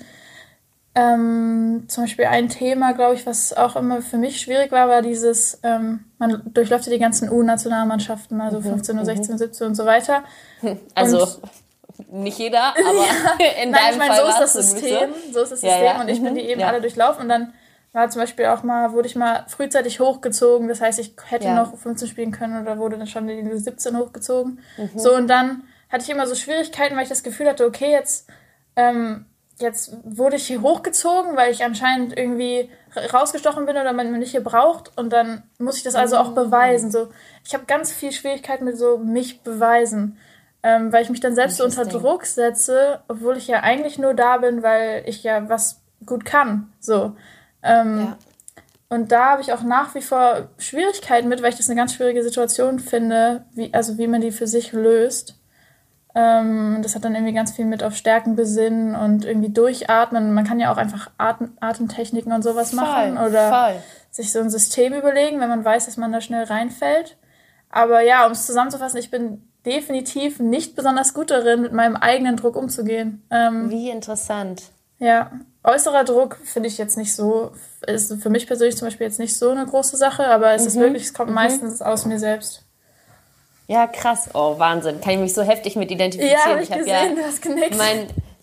ähm, zum Beispiel ein Thema, glaube ich, was auch immer für mich schwierig war, war dieses, ähm, man durchläuft ja die ganzen U-Nationalmannschaften, also mhm, fünfzehn, mhm. sechzehn, siebzehn und so weiter.
Also
und,
nicht jeder, aber ja, in
nein,
deinem
ich meine,
Fall
so ist das System, so ist das System ja, ja. und ich mhm, bin die eben ja. alle durchlaufen und dann war zum Beispiel auch mal, wurde ich mal frühzeitig hochgezogen, das heißt, ich hätte ja. noch fünfzehn spielen können oder wurde dann schon in die siebzehn hochgezogen. Mhm. So, und dann hatte ich immer so Schwierigkeiten, weil ich das Gefühl hatte, okay, jetzt, ähm, jetzt wurde ich hier hochgezogen, weil ich anscheinend irgendwie rausgestochen bin oder man mich hier braucht und dann muss ich das also auch beweisen. So, ich habe ganz viel Schwierigkeiten mit so mich beweisen, ähm, weil ich mich dann selbst so unter Druck setze, obwohl ich ja eigentlich nur da bin, weil ich ja was gut kann. So. Ähm, ja. Und da habe ich auch nach wie vor Schwierigkeiten mit, weil ich das eine ganz schwierige Situation finde, wie, also wie man die für sich löst. Ähm, das hat dann irgendwie ganz viel mit auf Stärken besinnen und irgendwie durchatmen. Man kann ja auch einfach Atem- Atemtechniken und sowas voll, machen oder voll. sich so ein System überlegen, wenn man weiß, dass man da schnell reinfällt. Aber ja, um es zusammenzufassen, ich bin definitiv nicht besonders gut darin, mit meinem eigenen Druck umzugehen. Ähm,
Wie interessant.
Ja, äußerer Druck finde ich jetzt nicht so, ist für mich persönlich zum Beispiel jetzt nicht so eine große Sache, aber es mhm. ist wirklich, es kommt mhm. meistens aus mir selbst.
Ja, krass. Oh, Wahnsinn. Kann ich mich so heftig mit identifizieren.
Ja, hab ich, ich
habe
gesehen,
ja
du hast genickt.
Mein,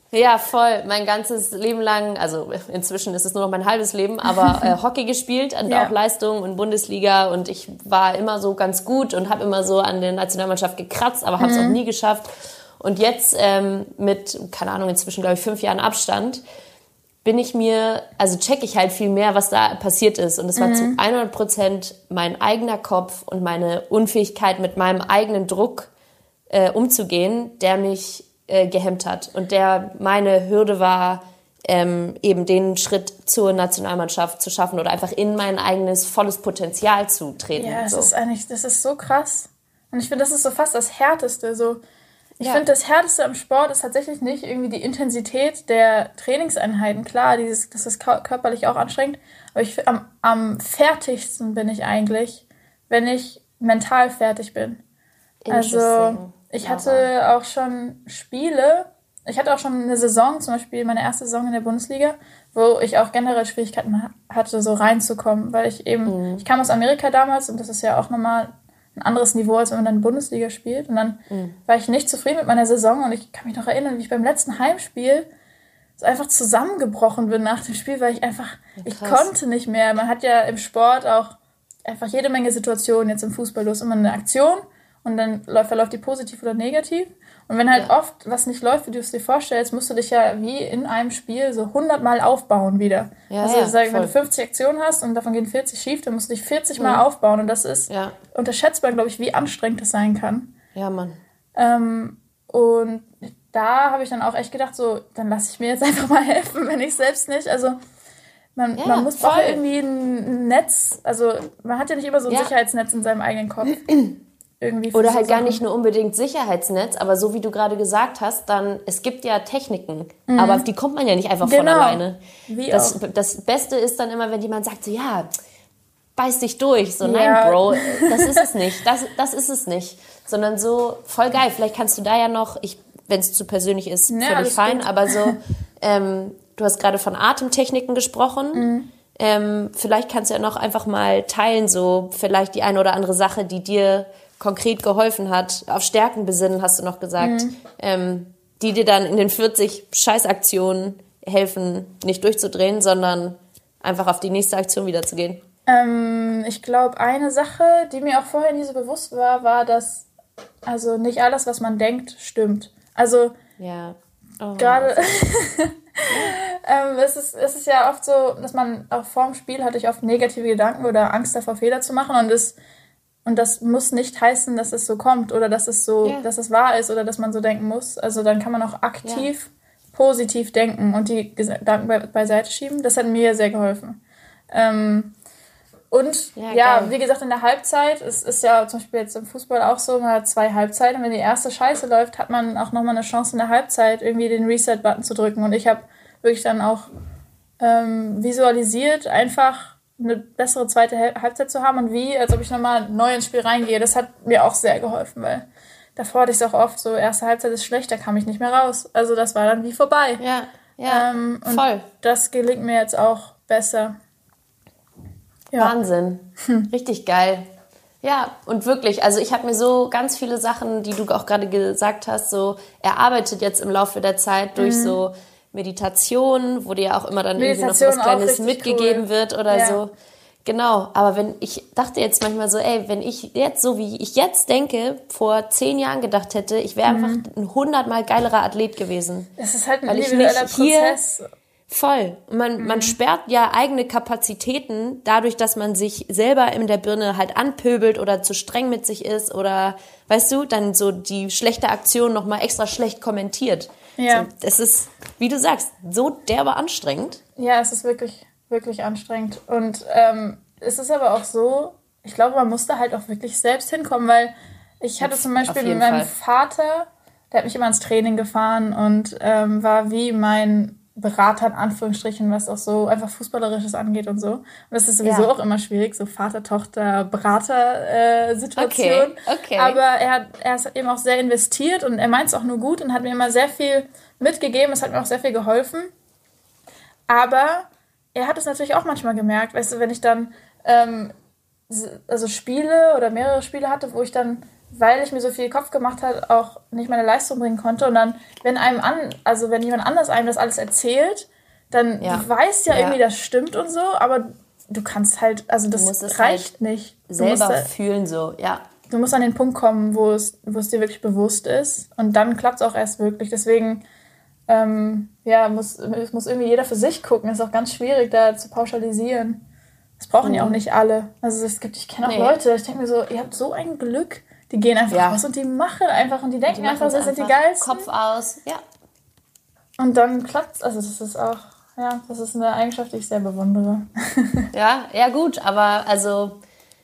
Ja, voll. Mein ganzes Leben lang, also inzwischen ist es nur noch mein halbes Leben, aber äh, Hockey gespielt und ja. auch Leistung und Bundesliga und ich war immer so ganz gut und habe immer so an der Nationalmannschaft gekratzt, aber habe es mhm. auch nie geschafft. Und jetzt ähm, mit, keine Ahnung, inzwischen glaube ich fünf Jahren Abstand, bin ich mir, also check ich halt viel mehr, was da passiert ist. Und es war mhm. zu hundert Prozent mein eigener Kopf und meine Unfähigkeit, mit meinem eigenen Druck äh, umzugehen, der mich äh, gehemmt hat. Und der meine Hürde war, ähm, eben den Schritt zur Nationalmannschaft zu schaffen oder einfach in mein eigenes volles Potenzial zu treten.
Ja, das
so.
ist eigentlich, das ist so krass. Und ich finde, das ist so fast das Härteste. So. Ich ja. finde, das Härteste am Sport ist tatsächlich nicht irgendwie die Intensität der Trainingseinheiten. Klar, dieses, das ist körperlich auch anstrengend. Aber ich, am, am fertigsten bin ich eigentlich, wenn ich mental fertig bin. Also ich hatte auch schon Spiele, ich hatte auch schon eine Saison, zum Beispiel meine erste Saison in der Bundesliga, wo ich auch generell Schwierigkeiten hatte, so reinzukommen. Weil ich eben, mhm. ich kam aus Amerika damals und das ist ja auch nochmal ein anderes Niveau, als wenn man dann in der Bundesliga spielt. Und dann mhm. war ich nicht zufrieden mit meiner Saison und ich kann mich noch erinnern, wie ich beim letzten Heimspiel so einfach zusammengebrochen bin nach dem Spiel, weil ich einfach, ja, ich konnte nicht mehr. Man hat ja im Sport auch einfach jede Menge Situationen, jetzt im Fußball, du hast immer eine Aktion und dann läuft, verläuft die positiv oder negativ. Und wenn halt ja. oft was nicht läuft, wie du es dir vorstellst, musst du dich ja wie in einem Spiel so hundertmal aufbauen wieder. Ja, also ja, sag, wenn du fünfzig Aktionen hast und davon gehen vierzig schief, dann musst du dich vierzig mhm. Mal aufbauen. Und das ist ja. unterschätzbar, glaube ich, wie anstrengend das sein kann.
Ja, Mann.
Ähm, und da habe ich dann auch echt gedacht, so, dann lasse ich mir jetzt einfach mal helfen, wenn ich selbst nicht. Also man, ja, man muss voll. Auch irgendwie ein Netz, also man hat ja nicht immer so ein ja. Sicherheitsnetz in seinem eigenen Kopf. Irgendwie
oder halt gar nicht nur unbedingt Sicherheitsnetz, aber so wie du gerade gesagt hast, dann, es gibt ja Techniken, mhm. aber auf die kommt man ja nicht einfach genau. von alleine. Wie das, auch. Das Beste ist dann immer, wenn jemand sagt so, ja, beiß dich durch. So, ja. nein, Bro, das ist es nicht, das, das ist es nicht. Sondern so, voll geil, vielleicht kannst du da ja noch, ich, wenn es zu persönlich ist, ja, völlig fein, gut. Aber so, ähm, du hast gerade von Atemtechniken gesprochen, mhm. ähm, vielleicht kannst du ja noch einfach mal teilen, so vielleicht die eine oder andere Sache, die dir konkret geholfen hat, auf Stärken besinnen, hast du noch gesagt, mhm. ähm, die dir dann in den vierzig Scheißaktionen helfen, nicht durchzudrehen, sondern einfach auf die nächste Aktion wieder zu gehen?
Ähm, ich glaube, eine Sache, die mir auch vorher nie so bewusst war, war, dass also nicht alles, was man denkt, stimmt. Also
ja. Oh,
gerade ähm, es, ist, es ist ja oft so, dass man auch vorm Spiel hatte ich oft negative Gedanken oder Angst davor, Fehler zu machen und es Und das muss nicht heißen, dass es so kommt oder dass es so, yeah. dass es wahr ist oder dass man so denken muss. Also dann kann man auch aktiv yeah. positiv denken und die Gedanken be- beiseite schieben. Das hat mir sehr geholfen. Ähm, und ja, ja wie gesagt, in der Halbzeit, es ist ja zum Beispiel jetzt im Fußball auch so, man hat zwei Halbzeiten. Und wenn die erste Scheiße läuft, hat man auch nochmal eine Chance in der Halbzeit, irgendwie den Reset-Button zu drücken. Und ich habe wirklich dann auch ähm, visualisiert, einfach eine bessere zweite Halbzeit zu haben und wie, als ob ich nochmal neu ins Spiel reingehe. Das hat mir auch sehr geholfen, weil davor hatte ich es auch oft so, erste Halbzeit ist schlecht, da kam ich nicht mehr raus. Also das war dann wie vorbei.
Ja, ja,
ähm, und
voll.
Das gelingt mir jetzt auch besser.
Ja. Wahnsinn. Hm. Richtig geil. Ja, und wirklich, also ich habe mir so ganz viele Sachen, die du auch gerade gesagt hast, so erarbeitet jetzt im Laufe der Zeit durch mhm. so Meditation, wo dir ja auch immer dann irgendwie noch was Kleines mitgegeben cool. wird oder ja. so. Genau, aber wenn ich dachte jetzt manchmal so, ey, wenn ich jetzt, so wie ich jetzt denke, vor zehn Jahren gedacht hätte, ich wäre mhm. einfach ein hundertmal geilerer Athlet gewesen.
Das ist halt ein individueller Prozess.
Hier voll. Man, mhm. man sperrt ja eigene Kapazitäten dadurch, dass man sich selber in der Birne halt anpöbelt oder zu streng mit sich ist oder, weißt du, dann so die schlechte Aktion nochmal extra schlecht kommentiert. Ja. So, das ist, wie du sagst, so derbe anstrengend.
Ja, es ist wirklich, wirklich anstrengend. Und ähm, es ist aber auch so, ich glaube, man muss da halt auch wirklich selbst hinkommen, weil ich hatte zum Beispiel mit meinem Fall. Vater, der hat mich immer ins Training gefahren und ähm, war wie mein Berater in Anführungsstrichen, was auch so einfach Fußballerisches angeht und so. Und das ist sowieso ja. auch immer schwierig, so Vater-Tochter-Berater-Situation.
Okay, okay.
Aber er hat, er ist eben auch sehr investiert und er meint es auch nur gut und hat mir immer sehr viel mitgegeben. Es hat mir auch sehr viel geholfen. Aber er hat es natürlich auch manchmal gemerkt, weißt du, wenn ich dann ähm, also Spiele oder mehrere Spiele hatte, wo ich dann weil ich mir so viel Kopf gemacht habe, auch nicht meine Leistung bringen konnte. Und dann, wenn einem an, also wenn jemand anders einem das alles erzählt, dann ja. du weißt ja, ja irgendwie, das stimmt und so, aber du kannst halt, also das reicht halt nicht. Du
selber
musst,
fühlen so, ja.
Du musst an den Punkt kommen, wo es, wo es dir wirklich bewusst ist. Und dann klappt es auch erst wirklich. Deswegen, ähm, ja, muss, muss irgendwie jeder für sich gucken. Ist auch ganz schwierig, da zu pauschalisieren. Das brauchen mhm. ja auch nicht alle. Also es gibt, ich kenne auch nee. Leute, ich denke mir so, ihr habt so ein Glück. Die gehen einfach ja. raus und die machen einfach und die denken die einfach, sie sind die geilsten.
Kopf aus, ja.
Und dann klappt's. Also das ist auch, ja, das ist eine Eigenschaft, die ich sehr bewundere.
Ja, ja gut, aber also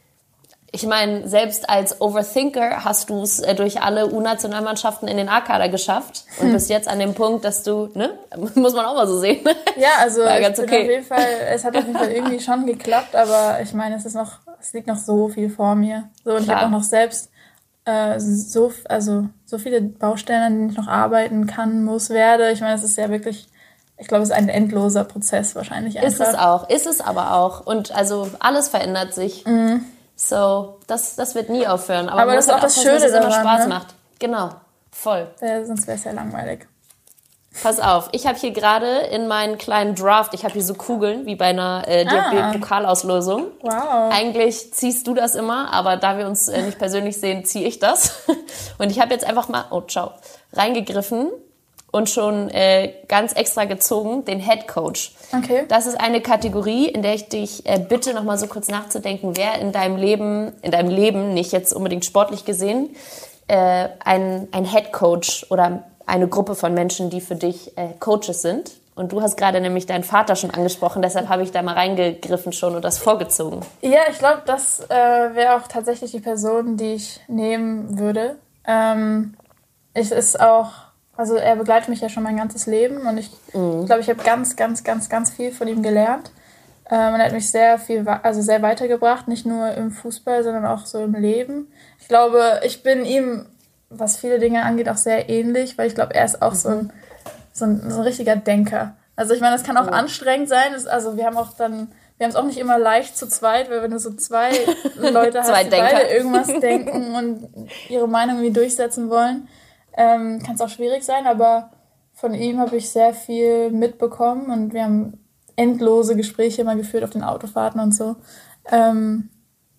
ich meine, selbst als Overthinker hast du es durch alle U-Nationalmannschaften in den A-Kader geschafft und hm. bist jetzt an dem Punkt, dass du, ne, muss man auch mal so sehen.
Ja, also War ganz ich bin okay. auf jeden Fall, es hat auf jeden Fall irgendwie schon geklappt, aber ich meine, es ist noch, es liegt noch so viel vor mir. So, und Klar. ich habe auch noch selbst äh, so, also so viele Baustellen, an denen ich noch arbeiten kann, muss, werde. Ich meine, es ist ja wirklich, ich glaube, es ist ein endloser Prozess wahrscheinlich einfach.
Ist es auch, ist es aber auch. Und also alles verändert sich. Mhm. So, das, das wird nie aufhören. Aber,
aber das ist auch das Schöne,
dass es immer
daran,
Spaß
ne?
macht. Genau, voll.
Ja, sonst wäre es ja langweilig.
Pass auf, ich habe hier gerade in meinen kleinen Draft, ich habe hier so Kugeln, wie bei einer äh, D F B-Pokalauslosung.
Wow.
Eigentlich ziehst du das immer, aber da wir uns äh, nicht persönlich sehen, ziehe ich das. Und ich habe jetzt einfach mal, oh, ciao, reingegriffen und schon äh, ganz extra gezogen, den Head Coach.
Okay.
Das ist eine Kategorie, in der ich dich äh, bitte, noch mal so kurz nachzudenken, wer in deinem Leben, in deinem Leben, nicht jetzt unbedingt sportlich gesehen, äh, ein, ein Head Coach oder eine Gruppe von Menschen, die für dich äh, Coaches sind. Und du hast gerade nämlich deinen Vater schon angesprochen, deshalb habe ich da mal reingegriffen schon und das vorgezogen.
Ja, ich glaube, das äh, wäre auch tatsächlich die Person, die ich nehmen würde. Ähm, es ist auch, also er begleitet mich ja schon mein ganzes Leben und ich mhm. glaube, ich habe ganz, ganz, ganz, ganz viel von ihm gelernt. Ähm, und er hat mich sehr viel, also sehr weitergebracht, nicht nur im Fußball, sondern auch so im Leben. Ich glaube, ich bin ihm, was viele Dinge angeht, auch sehr ähnlich, weil ich glaube, er ist auch mhm. so, ein, so, ein, so ein richtiger Denker. Also ich meine, das kann auch mhm. anstrengend sein. Das, also wir haben auch dann, wir haben es auch nicht immer leicht zu zweit, weil wenn du so zwei Leute hast, die beide irgendwas denken und ihre Meinung irgendwie durchsetzen wollen, ähm, kann es auch schwierig sein. Aber von ihm habe ich sehr viel mitbekommen und wir haben endlose Gespräche immer geführt auf den Autofahrten und so. Ähm,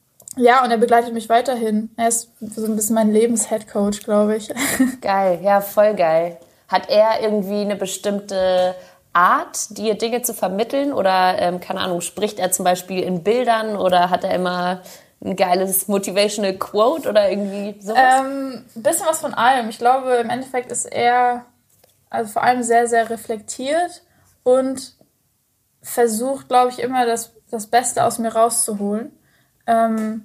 Ja, und er begleitet mich weiterhin. Er ist so ein bisschen mein Lebens-Headcoach, glaube ich.
Geil, ja, voll geil. Hat er irgendwie eine bestimmte Art, dir Dinge zu vermitteln? Oder, ähm, keine Ahnung, spricht er zum Beispiel in Bildern? Oder hat er immer ein geiles Motivational Quote oder irgendwie sowas?
Ähm, ein bisschen was von allem. Ich glaube, im Endeffekt ist er also vor allem sehr, sehr reflektiert und versucht, glaube ich, immer das, das Beste aus mir rauszuholen. Ähm,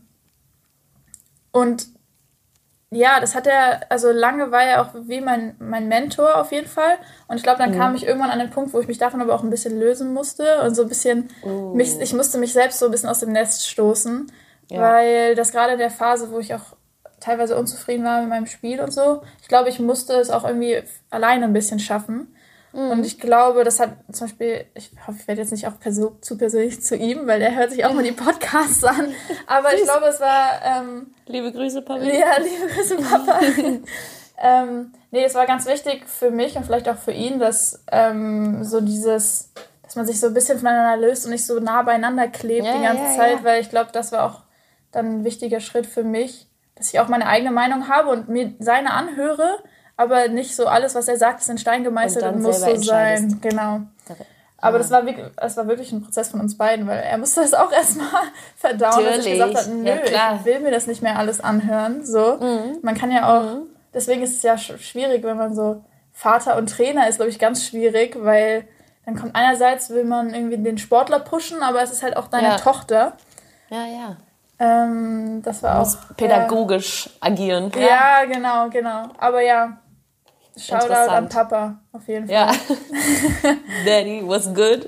und ja, das hat er, also lange war er auch wie mein, mein Mentor auf jeden Fall. Und ich glaube, dann mhm. kam ich irgendwann an den Punkt, wo ich mich davon aber auch ein bisschen lösen musste und so ein bisschen, uh. mich, ich musste mich selbst so ein bisschen aus dem Nest stoßen, ja. weil das gerade in der Phase, wo ich auch teilweise unzufrieden war mit meinem Spiel und so, ich glaube, ich musste es auch irgendwie alleine ein bisschen schaffen. Mhm. Und ich glaube, das hat zum Beispiel, ich hoffe, ich werde jetzt nicht auch perso- zu persönlich zu ihm, weil er hört sich auch mal die Podcasts an. Aber ich glaube, es war... Ähm,
liebe Grüße, Papa.
Ja, liebe Grüße, Papa. ähm, nee, es war ganz wichtig für mich und vielleicht auch für ihn, dass ähm, so dieses, dass man sich so ein bisschen voneinander löst und nicht so nah beieinander klebt ja, die ganze ja, Zeit, ja. weil ich glaube, das war auch dann ein wichtiger Schritt für mich, dass ich auch meine eigene Meinung habe und mir seine anhöre, aber nicht so alles, was er sagt, ist in Stein gemeißelt und, und muss so sein. Genau. Aber ja. das, war wirklich, das war wirklich ein Prozess von uns beiden, weil er musste das auch erstmal verdauen, Natürlich. dass ich gesagt habe, nö, ja, ich will mir das nicht mehr alles anhören. So. Mhm. Man kann ja auch, mhm. deswegen ist es ja schwierig, wenn man so Vater und Trainer ist, glaube ich, ganz schwierig, weil dann kommt einerseits, will man irgendwie den Sportler pushen, aber es ist halt auch deine ja. Tochter.
Ja, ja.
Ähm, das war auch
pädagogisch ja, agieren.
Ja. ja, genau, genau. Aber ja, Shoutout an Papa, auf jeden Fall.
Ja. Daddy was good.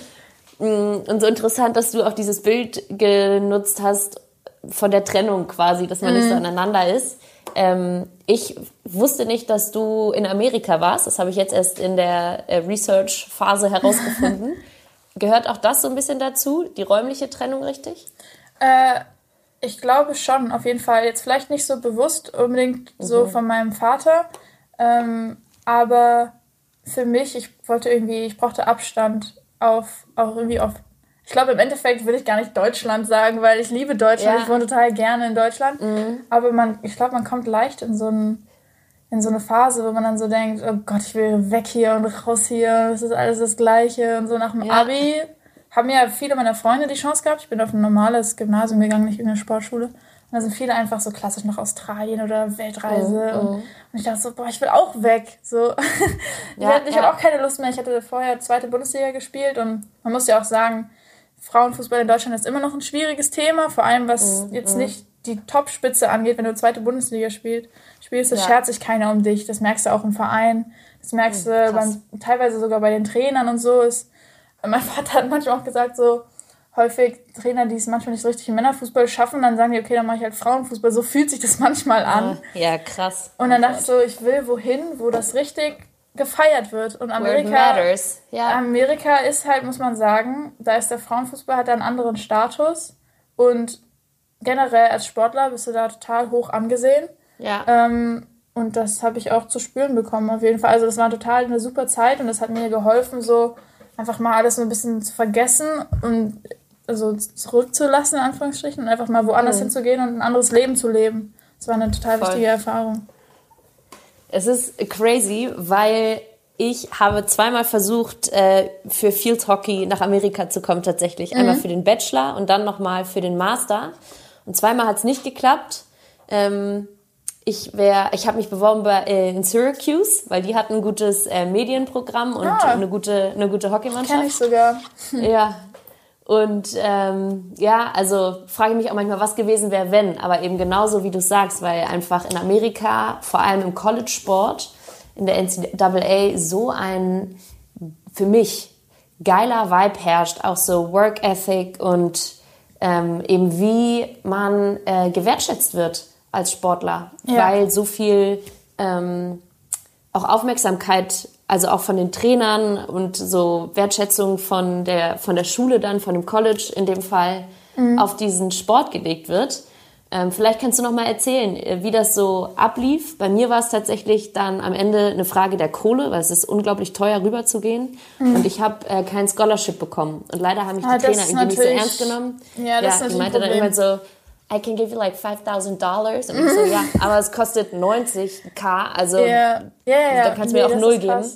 Und so interessant, dass du auch dieses Bild genutzt hast von der Trennung quasi, dass man mhm. nicht so aneinander ist. Ähm, ich wusste nicht, dass du in Amerika warst. Das habe ich jetzt erst in der äh, Research-Phase herausgefunden. Gehört auch das so ein bisschen dazu, die räumliche Trennung, richtig?
Äh, ich glaube schon, auf jeden Fall. Jetzt vielleicht nicht so bewusst unbedingt mhm. so von meinem Vater, ähm, aber für mich, ich wollte irgendwie, ich brauchte Abstand auf, auch irgendwie auf, ich glaube im Endeffekt will ich gar nicht Deutschland sagen, weil ich liebe Deutschland, ja. ich wohne total gerne in Deutschland, mhm. aber man, ich glaube, man kommt leicht in so ein in so eine Phase, wo man dann so denkt, oh Gott, ich will weg hier und raus hier, es ist alles das Gleiche und so nach dem ja. Abi haben ja viele meiner Freunde die Chance gehabt. Ich bin auf ein normales Gymnasium gegangen, nicht irgendeine Sportschule. Und da sind viele einfach so klassisch nach Australien oder Weltreise. Oh, oh. Und, und ich dachte so, boah, ich will auch weg. So. Ja, ich hatte, ich ja. hatte auch keine Lust mehr. Ich hatte vorher zweite Bundesliga gespielt und man muss ja auch sagen, Frauenfußball in Deutschland ist immer noch ein schwieriges Thema, vor allem was mm, jetzt mm. nicht die Topspitze angeht, wenn du zweite Bundesliga spielst, spielst, das ja. schert sich keiner um dich. Das merkst du auch im Verein. Das merkst du beim, teilweise sogar bei den Trainern und so. Ist, mein Vater hat manchmal auch gesagt, so häufig Trainer, die es manchmal nicht so richtig im Männerfußball schaffen, dann sagen die, okay, dann mache ich halt Frauenfußball. So fühlt sich das manchmal an.
Ja, krass.
Und dann dachte ich so, ich will wohin, wo das richtig gefeiert wird. Und Amerika, ja. Amerika ist halt, muss man sagen, da ist der Frauenfußball, hat einen anderen Status. Und generell als Sportler bist du da total hoch angesehen. Ja. Ähm, und das habe ich auch zu spüren bekommen, auf jeden Fall. Also das war total eine super Zeit und das hat mir geholfen, so einfach mal alles so ein bisschen zu vergessen und also zurückzulassen, in Anführungsstrichen, und einfach mal woanders mhm. hinzugehen und ein anderes Leben zu leben. Das war eine total Voll. wichtige Erfahrung.
Es ist crazy, weil ich habe zweimal versucht, äh, für Field Hockey nach Amerika zu kommen tatsächlich. Mhm. Einmal für den Bachelor und dann nochmal für den Master. Und zweimal hat es nicht geklappt. Ähm, ich wär, ich habe mich beworben bei, äh, in Syracuse, weil die hatten ein gutes äh, Medienprogramm und ah, eine gute, eine gute Hockeymannschaft.
Kenn ich sogar.
Ja. Und ähm, ja, also frage ich mich auch manchmal, was gewesen wäre, wenn. Aber eben genauso, wie du sagst, weil einfach in Amerika, vor allem im College-Sport, in der N C double A so ein, für mich, geiler Vibe herrscht. Auch so Work Ethic und ähm, eben wie man äh, gewertschätzt wird als Sportler. Ja. Weil so viel ähm, auch Aufmerksamkeit, also auch von den Trainern und so Wertschätzung von der, von der Schule dann, von dem College in dem Fall, mhm. auf diesen Sport gelegt wird. Ähm, vielleicht kannst du noch mal erzählen, wie das so ablief. Bei mir war es tatsächlich dann am Ende eine Frage der Kohle, weil es ist unglaublich teuer, rüberzugehen. Mhm. Und ich habe äh, kein Scholarship bekommen. Und leider haben mich ah, die Trainer irgendwie nicht so ernst genommen.
Ja, das ja, ist
die meinte dann irgendwann so, I can give you like five thousand dollars. Und ich so, ja, aber es kostet neunzig K, also
yeah. Yeah, yeah.
da kannst du nee, mir auch null geben.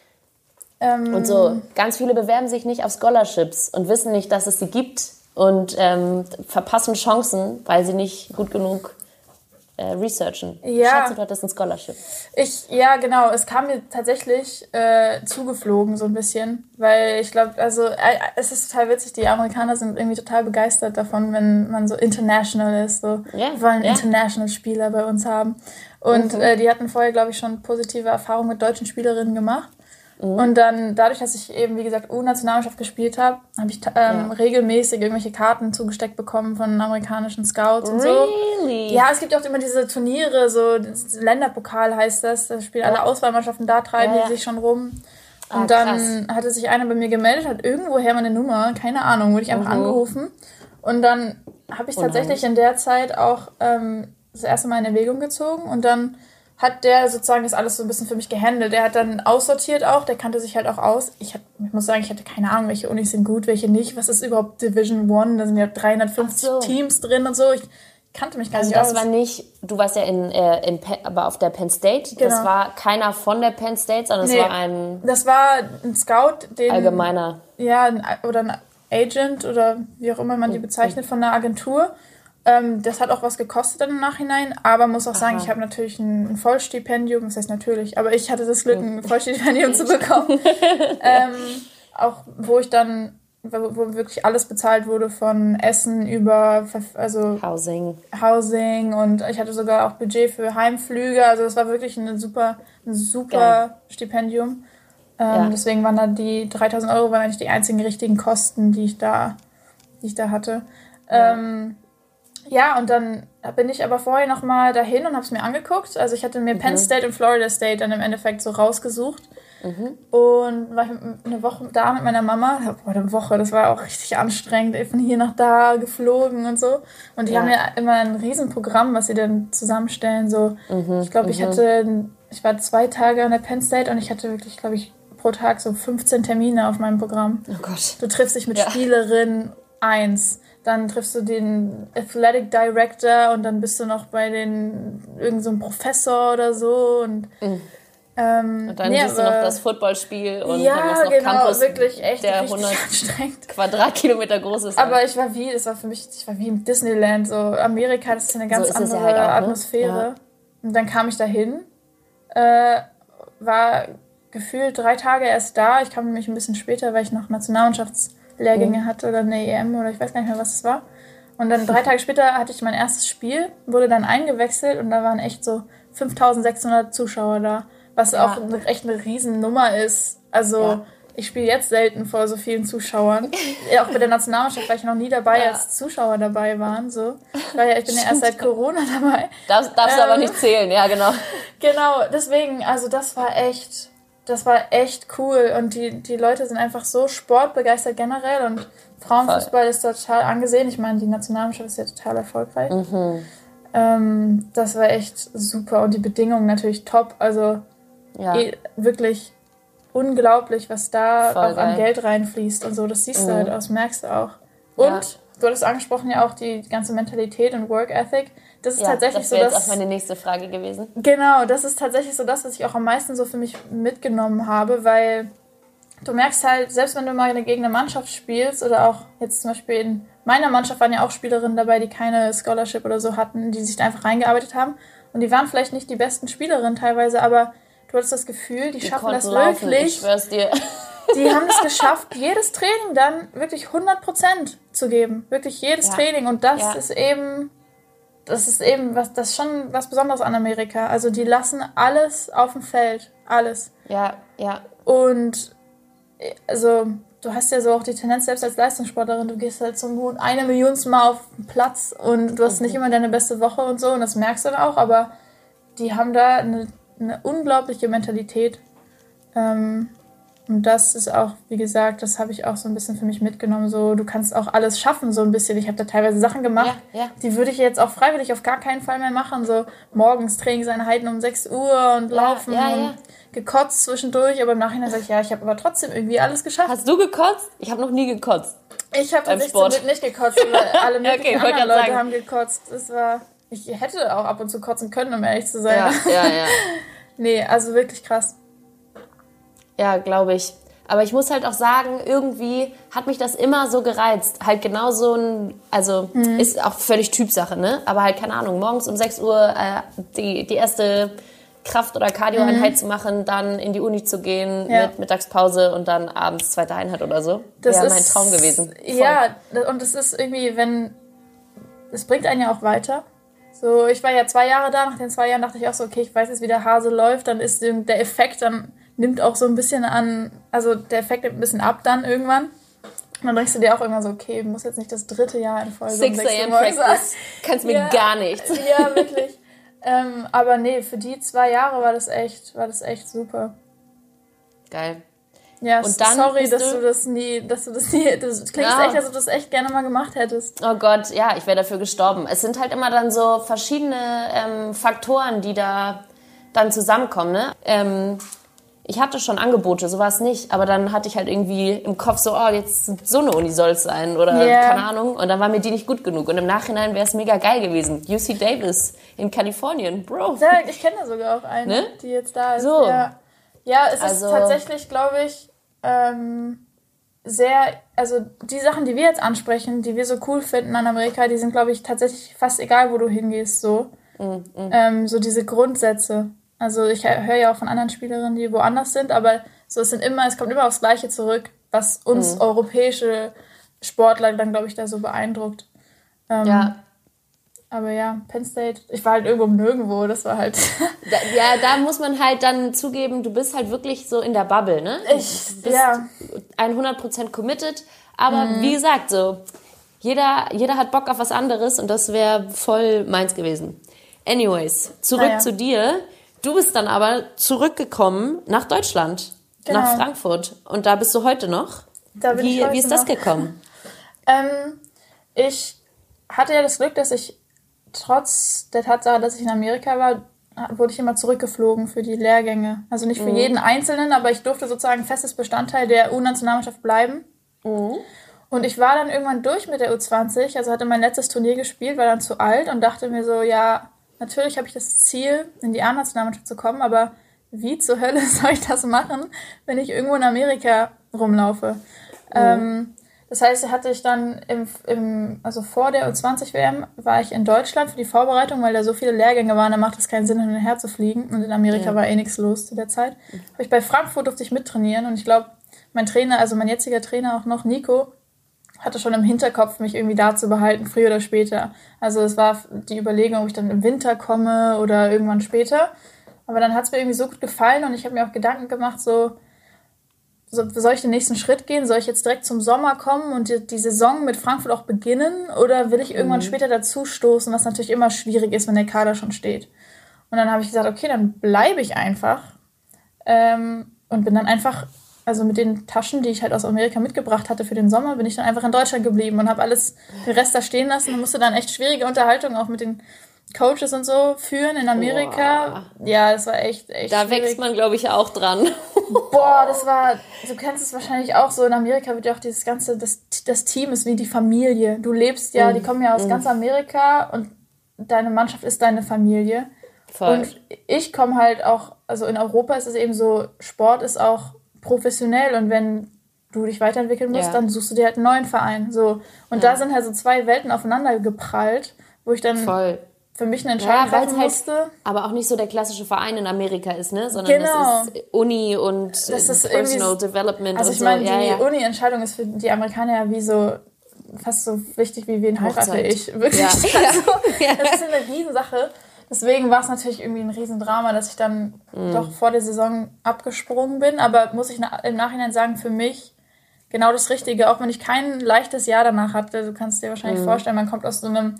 Ähm. Und so, ganz viele bewerben sich nicht auf Scholarships und wissen nicht, dass es sie gibt und ähm, verpassen Chancen, weil sie nicht gut genug äh, researchen.
Ja.
Schatz, du hattest ein Scholarship.
Ich, ja, genau. Es kam mir tatsächlich äh, zugeflogen so ein bisschen, weil ich glaube, also äh, es ist total witzig, die Amerikaner sind irgendwie total begeistert davon, wenn man so international ist. So. Yeah, wir wollen yeah. international Spieler bei uns haben. Und mhm. äh, die hatten vorher, glaube ich, schon positive Erfahrungen mit deutschen Spielerinnen gemacht. Mhm. Und dann, dadurch, dass ich eben, wie gesagt, U-Nationalmannschaft gespielt habe, habe ich ähm, ja. regelmäßig irgendwelche Karten zugesteckt bekommen von amerikanischen Scouts und
really?
so. Ja, es gibt auch immer diese Turniere, so Länderpokal heißt das, da spielen ja. alle Auswahlmannschaften, da treiben ja. die sich schon rum. Und ah, dann krass. hatte sich einer bei mir gemeldet, hat irgendwoher meine Nummer, keine Ahnung, wurde ich einfach mhm. angerufen. Und dann habe ich tatsächlich in der Zeit auch ähm, das erste Mal in Erwägung gezogen und dann hat der sozusagen das alles so ein bisschen für mich gehandelt. Der hat dann aussortiert auch, der kannte sich halt auch aus. Ich, hab, ich muss sagen, ich hatte keine Ahnung, welche Unis sind gut, welche nicht. Was ist überhaupt Division One? Da sind ja dreihundertfünfzig so. Teams drin und so. Ich kannte mich gar
also
nicht
das
aus.
Das war nicht, du warst ja in, äh, in Penn, aber auf der Penn State. Genau. Das war keiner von der Penn State, sondern es nee, war ein...
Das war ein Scout, den...
Allgemeiner.
Ja, ein, oder ein Agent oder wie auch immer man die bezeichnet, von einer Agentur. Ähm, das hat auch was gekostet dann im Nachhinein, aber muss auch sagen, Aha. ich habe natürlich ein, ein Vollstipendium, das heißt natürlich, aber ich hatte das Glück, ein Vollstipendium zu bekommen, ähm, auch wo ich dann, wo, wo wirklich alles bezahlt wurde, von Essen über, also
Housing.
Housing und ich hatte sogar auch Budget für Heimflüge, also das war wirklich eine super, ein super Geil. Stipendium. Ähm, ja. Deswegen waren da die dreitausend Euro waren eigentlich die einzigen richtigen Kosten, die ich da, die ich da hatte. Ja. Ähm, Ja, und dann bin ich aber vorher nochmal dahin und habe es mir angeguckt. Also ich hatte mir mhm. Penn State und Florida State dann im Endeffekt so rausgesucht. Mhm. Und war ich eine Woche da mit meiner Mama. Boah, eine Woche, das war auch richtig anstrengend. Von hier nach da geflogen und so. Und die ja. haben ja immer ein Riesenprogramm, was sie dann zusammenstellen. So, mhm. Ich glaube, mhm. ich hatte, ich war zwei Tage an der Penn State und ich hatte wirklich, glaube ich, pro Tag so fünfzehn Termine auf meinem Programm.
Oh Gott.
Du triffst dich mit ja. Spielerin eins. Dann triffst du den Athletic Director und dann bist du noch bei den irgend so einem Professor oder so und
mhm. ähm, und dann nee, siehst du noch das Footballspiel und
ja,
dann ist noch
genau,
Campus,
wirklich echt
der
hundert
Quadratkilometer groß ist.
Aber ich war wie, das war für mich, ich war wie im Disneyland, so Amerika, das ist eine ganz so andere ja halt auch, Atmosphäre. Ne? Ja. Und dann kam ich dahin, äh, war gefühlt drei Tage erst da. Ich kam nämlich ein bisschen später, weil ich noch Nationalmannschafts Lehrgänge mhm. hatte oder eine E M oder ich weiß gar nicht mehr, was es war. Und dann drei Tage später hatte ich mein erstes Spiel, wurde dann eingewechselt und da waren echt so fünftausendsechshundert Zuschauer da, was ja. auch eine, echt eine Riesennummer ist. Also ja. ich spiele jetzt selten vor so vielen Zuschauern. Ja, auch bei der Nationalmannschaft war ich noch nie dabei, ja. als Zuschauer dabei waren. So. Ich, war ja, ich bin ja erst seit Corona dabei.
Darfst, darfst ähm, du aber nicht zählen, ja genau.
Genau, deswegen, also das war echt... Das war echt cool und die, die Leute sind einfach so sportbegeistert generell und Frauenfußball Voll. Ist total angesehen. Ich meine, die Nationalmannschaft ist ja total erfolgreich. Mhm. Ähm, das war echt super und die Bedingungen natürlich top. Also ja. eh, wirklich unglaublich, was da Voll auch geil. An Geld reinfließt und so. Das siehst mhm. du halt aus, merkst du auch. Und ja. du hattest angesprochen ja auch die ganze Mentalität und Work Ethic. Das ist ja, tatsächlich
das
so,
das
wäre
jetzt auch meine nächste Frage gewesen.
Genau, das ist tatsächlich so das, was ich auch am meisten so für mich mitgenommen habe, weil du merkst halt, selbst wenn du mal gegen eine Mannschaft spielst oder auch jetzt zum Beispiel in meiner Mannschaft waren ja auch Spielerinnen dabei, die keine Scholarship oder so hatten, die sich da einfach reingearbeitet haben und die waren vielleicht nicht die besten Spielerinnen teilweise, aber du hattest das Gefühl, die, die schaffen das laufen, wirklich.
Ich schwör's dir.
Die haben es geschafft, jedes Training dann wirklich hundert Prozent zu geben. Wirklich jedes ja. Training und das ja. ist eben... Das ist eben was, das ist schon was Besonderes an Amerika. Also die lassen alles auf dem Feld. Alles.
Ja, ja.
Und also du hast ja so auch die Tendenz, selbst als Leistungssportlerin, du gehst halt zum eine Millionsten Mal auf den Platz und du hast mhm. nicht immer deine beste Woche und so und das merkst du dann auch, aber die haben da eine, eine unglaubliche Mentalität. Ähm, Und das ist auch, wie gesagt, das habe ich auch so ein bisschen für mich mitgenommen. So, du kannst auch alles schaffen, so ein bisschen. Ich habe da teilweise Sachen gemacht, ja, ja. die würde ich jetzt auch freiwillig auf gar keinen Fall mehr machen. So morgens Trainingseinheiten um sechs Uhr und laufen ja, ja, ja. und gekotzt zwischendurch. Aber im Nachhinein sage ich, ja, ich habe aber trotzdem irgendwie alles geschafft.
Hast du gekotzt? Ich habe noch nie gekotzt.
Ich habe tatsächlich nicht gekotzt, aber alle möglichen okay, anderen Leute sagen. haben gekotzt. Das war, ich hätte auch ab und zu kotzen können, um ehrlich zu sein.
Ja, ja, ja.
Nee, also wirklich krass.
Ja, glaube ich. Aber ich muss halt auch sagen, irgendwie hat mich das immer so gereizt. Halt genau so ein, also mhm. ist auch völlig Typsache, ne? Aber halt, keine Ahnung, morgens um sechs Uhr äh, die, die erste Kraft- oder Cardio-Einheit mhm. zu machen, dann in die Uni zu gehen ja. mit Mittagspause und dann abends zweite Einheit oder so. Das wäre mein Traum gewesen.
Voll. Ja, und es ist irgendwie, wenn, es bringt einen ja auch weiter. So, ich war ja zwei Jahre da, nach den zwei Jahren dachte ich auch so, okay, ich weiß jetzt, wie der Hase läuft, dann ist der Effekt, dann nimmt auch so ein bisschen an, also der Effekt nimmt ein bisschen ab dann irgendwann. Und dann denkst du dir auch irgendwann so, okay, muss jetzt nicht das dritte Jahr in Folge
six a m Practice, kannst mir
ja,
gar nichts.
Ja, wirklich. ähm, aber nee, für die zwei Jahre war das echt, war das echt super.
Geil.
Ja, und dann sorry, dass du, du das nie, dass du das nie, das klingt ja. echt, als ob du das echt gerne mal gemacht hättest.
Oh Gott, ja, ich wäre dafür gestorben. Es sind halt immer dann so verschiedene ähm, Faktoren, die da dann zusammenkommen, ne? Ähm, ich hatte schon Angebote, so war es nicht, aber dann hatte ich halt irgendwie im Kopf so, oh, jetzt so eine Uni soll es sein oder yeah. keine Ahnung. Und dann war mir die nicht gut genug. Und im Nachhinein wäre es mega geil gewesen. U C Davis in Kalifornien, Bro.
Ja, ich kenne da sogar auch eine, ne? die jetzt da ist.
So.
Ja, ja es also, ist tatsächlich, glaube ich, ähm, sehr, also die Sachen, die wir jetzt ansprechen, die wir so cool finden an Amerika, die sind, glaube ich, tatsächlich fast egal, wo du hingehst, so. Mm, mm. Ähm, so diese Grundsätze. Also ich höre ja auch von anderen Spielerinnen, die woanders sind, aber so es sind immer, es kommt immer aufs Gleiche zurück, was uns mhm. europäische Sportler dann, glaube ich, da so beeindruckt. Ähm,
ja.
Aber ja, Penn State, ich war halt irgendwo nirgendwo, das war halt...
da, ja, da muss man halt dann zugeben, du bist halt wirklich so in der Bubble, ne?
Ich, bist ja.
hundert Prozent committed, aber mhm. wie gesagt, so jeder, jeder hat Bock auf was anderes und das wäre voll meins gewesen. Anyways, zurück ah, ja. zu dir. Du bist dann aber zurückgekommen nach Deutschland. genau. nach Frankfurt. Und da bist du heute noch.
Da bin
wie,
ich heute
wie ist das
noch.
gekommen?
ähm, ich hatte ja das Glück, dass ich trotz der Tatsache, dass ich in Amerika war, wurde ich immer zurückgeflogen für die Lehrgänge. Also nicht für mhm. jeden Einzelnen, aber ich durfte sozusagen festes Bestandteil der U-Nationalmannschaft bleiben. Mhm. Und ich war dann irgendwann durch mit der U zwanzig, also hatte mein letztes Turnier gespielt, war dann zu alt und dachte mir so, ja, natürlich habe ich das Ziel, in die A-Nationalmannschaft zu kommen, aber wie zur Hölle soll ich das machen, wenn ich irgendwo in Amerika rumlaufe? Mhm. Ähm, das heißt, hatte ich dann im, im, also vor der U zwanzig W M war ich in Deutschland für die Vorbereitung, weil da so viele Lehrgänge waren, da macht es keinen Sinn, hin und her zu fliegen. Und in Amerika ja. war eh nichts los zu der Zeit. Mhm. Habe ich bei Frankfurt durfte ich mittrainieren und ich glaube, mein Trainer, also mein jetziger Trainer auch noch, Nico, hatte schon im Hinterkopf, mich irgendwie da zu behalten, früher oder später. Also es war die Überlegung, ob ich dann im Winter komme oder irgendwann später. Aber dann hat es mir irgendwie so gut gefallen und ich habe mir auch Gedanken gemacht, so, so, soll ich den nächsten Schritt gehen? Soll ich jetzt direkt zum Sommer kommen und die, die Saison mit Frankfurt auch beginnen? Oder will ich irgendwann mhm. später dazu stoßen, was natürlich immer schwierig ist, wenn der Kader schon steht? Und dann habe ich gesagt, okay, dann bleibe ich einfach. Ähm, und bin dann einfach, also mit den Taschen, die ich halt aus Amerika mitgebracht hatte für den Sommer, bin ich dann einfach in Deutschland geblieben und habe alles, den Rest da stehen lassen und musste dann echt schwierige Unterhaltungen auch mit den Coaches und so führen in Amerika. Boah. Ja, das war echt, echt
Da
schwierig.
wächst man, glaube ich, auch dran.
Boah, das war, du kennst es wahrscheinlich auch so, in Amerika wird ja auch dieses ganze, das, das Team ist wie die Familie. Du lebst ja, mm. die kommen ja aus mm. ganz Amerika und deine Mannschaft ist deine Familie.
Voll.
Und ich komme halt auch, also in Europa ist es eben so, Sport ist auch professionell und wenn du dich weiterentwickeln musst, ja. dann suchst du dir halt einen neuen Verein. So. Und ja. da sind halt so zwei Welten aufeinander geprallt, wo ich dann
Voll.
für mich eine Entscheidung
ja,
treffen musste.
Halt aber auch nicht so der klassische Verein in Amerika ist, ne? Sondern
genau.
das ist Uni und
das ist
Personal Development
also
und
ich
so.
meine,
ja,
die
ja.
Uni-Entscheidung ist für die Amerikaner ja wie so fast so wichtig wie wen heirate ich. Wirklich.
Ja.
Also, ja. Das ist eine Riesensache. Deswegen war es natürlich irgendwie ein Riesendrama, dass ich dann mhm. doch vor der Saison abgesprungen bin. Aber muss ich im Nachhinein sagen, für mich genau das Richtige. Auch wenn ich kein leichtes Jahr danach hatte. Du kannst dir wahrscheinlich mhm. vorstellen, man kommt aus so einem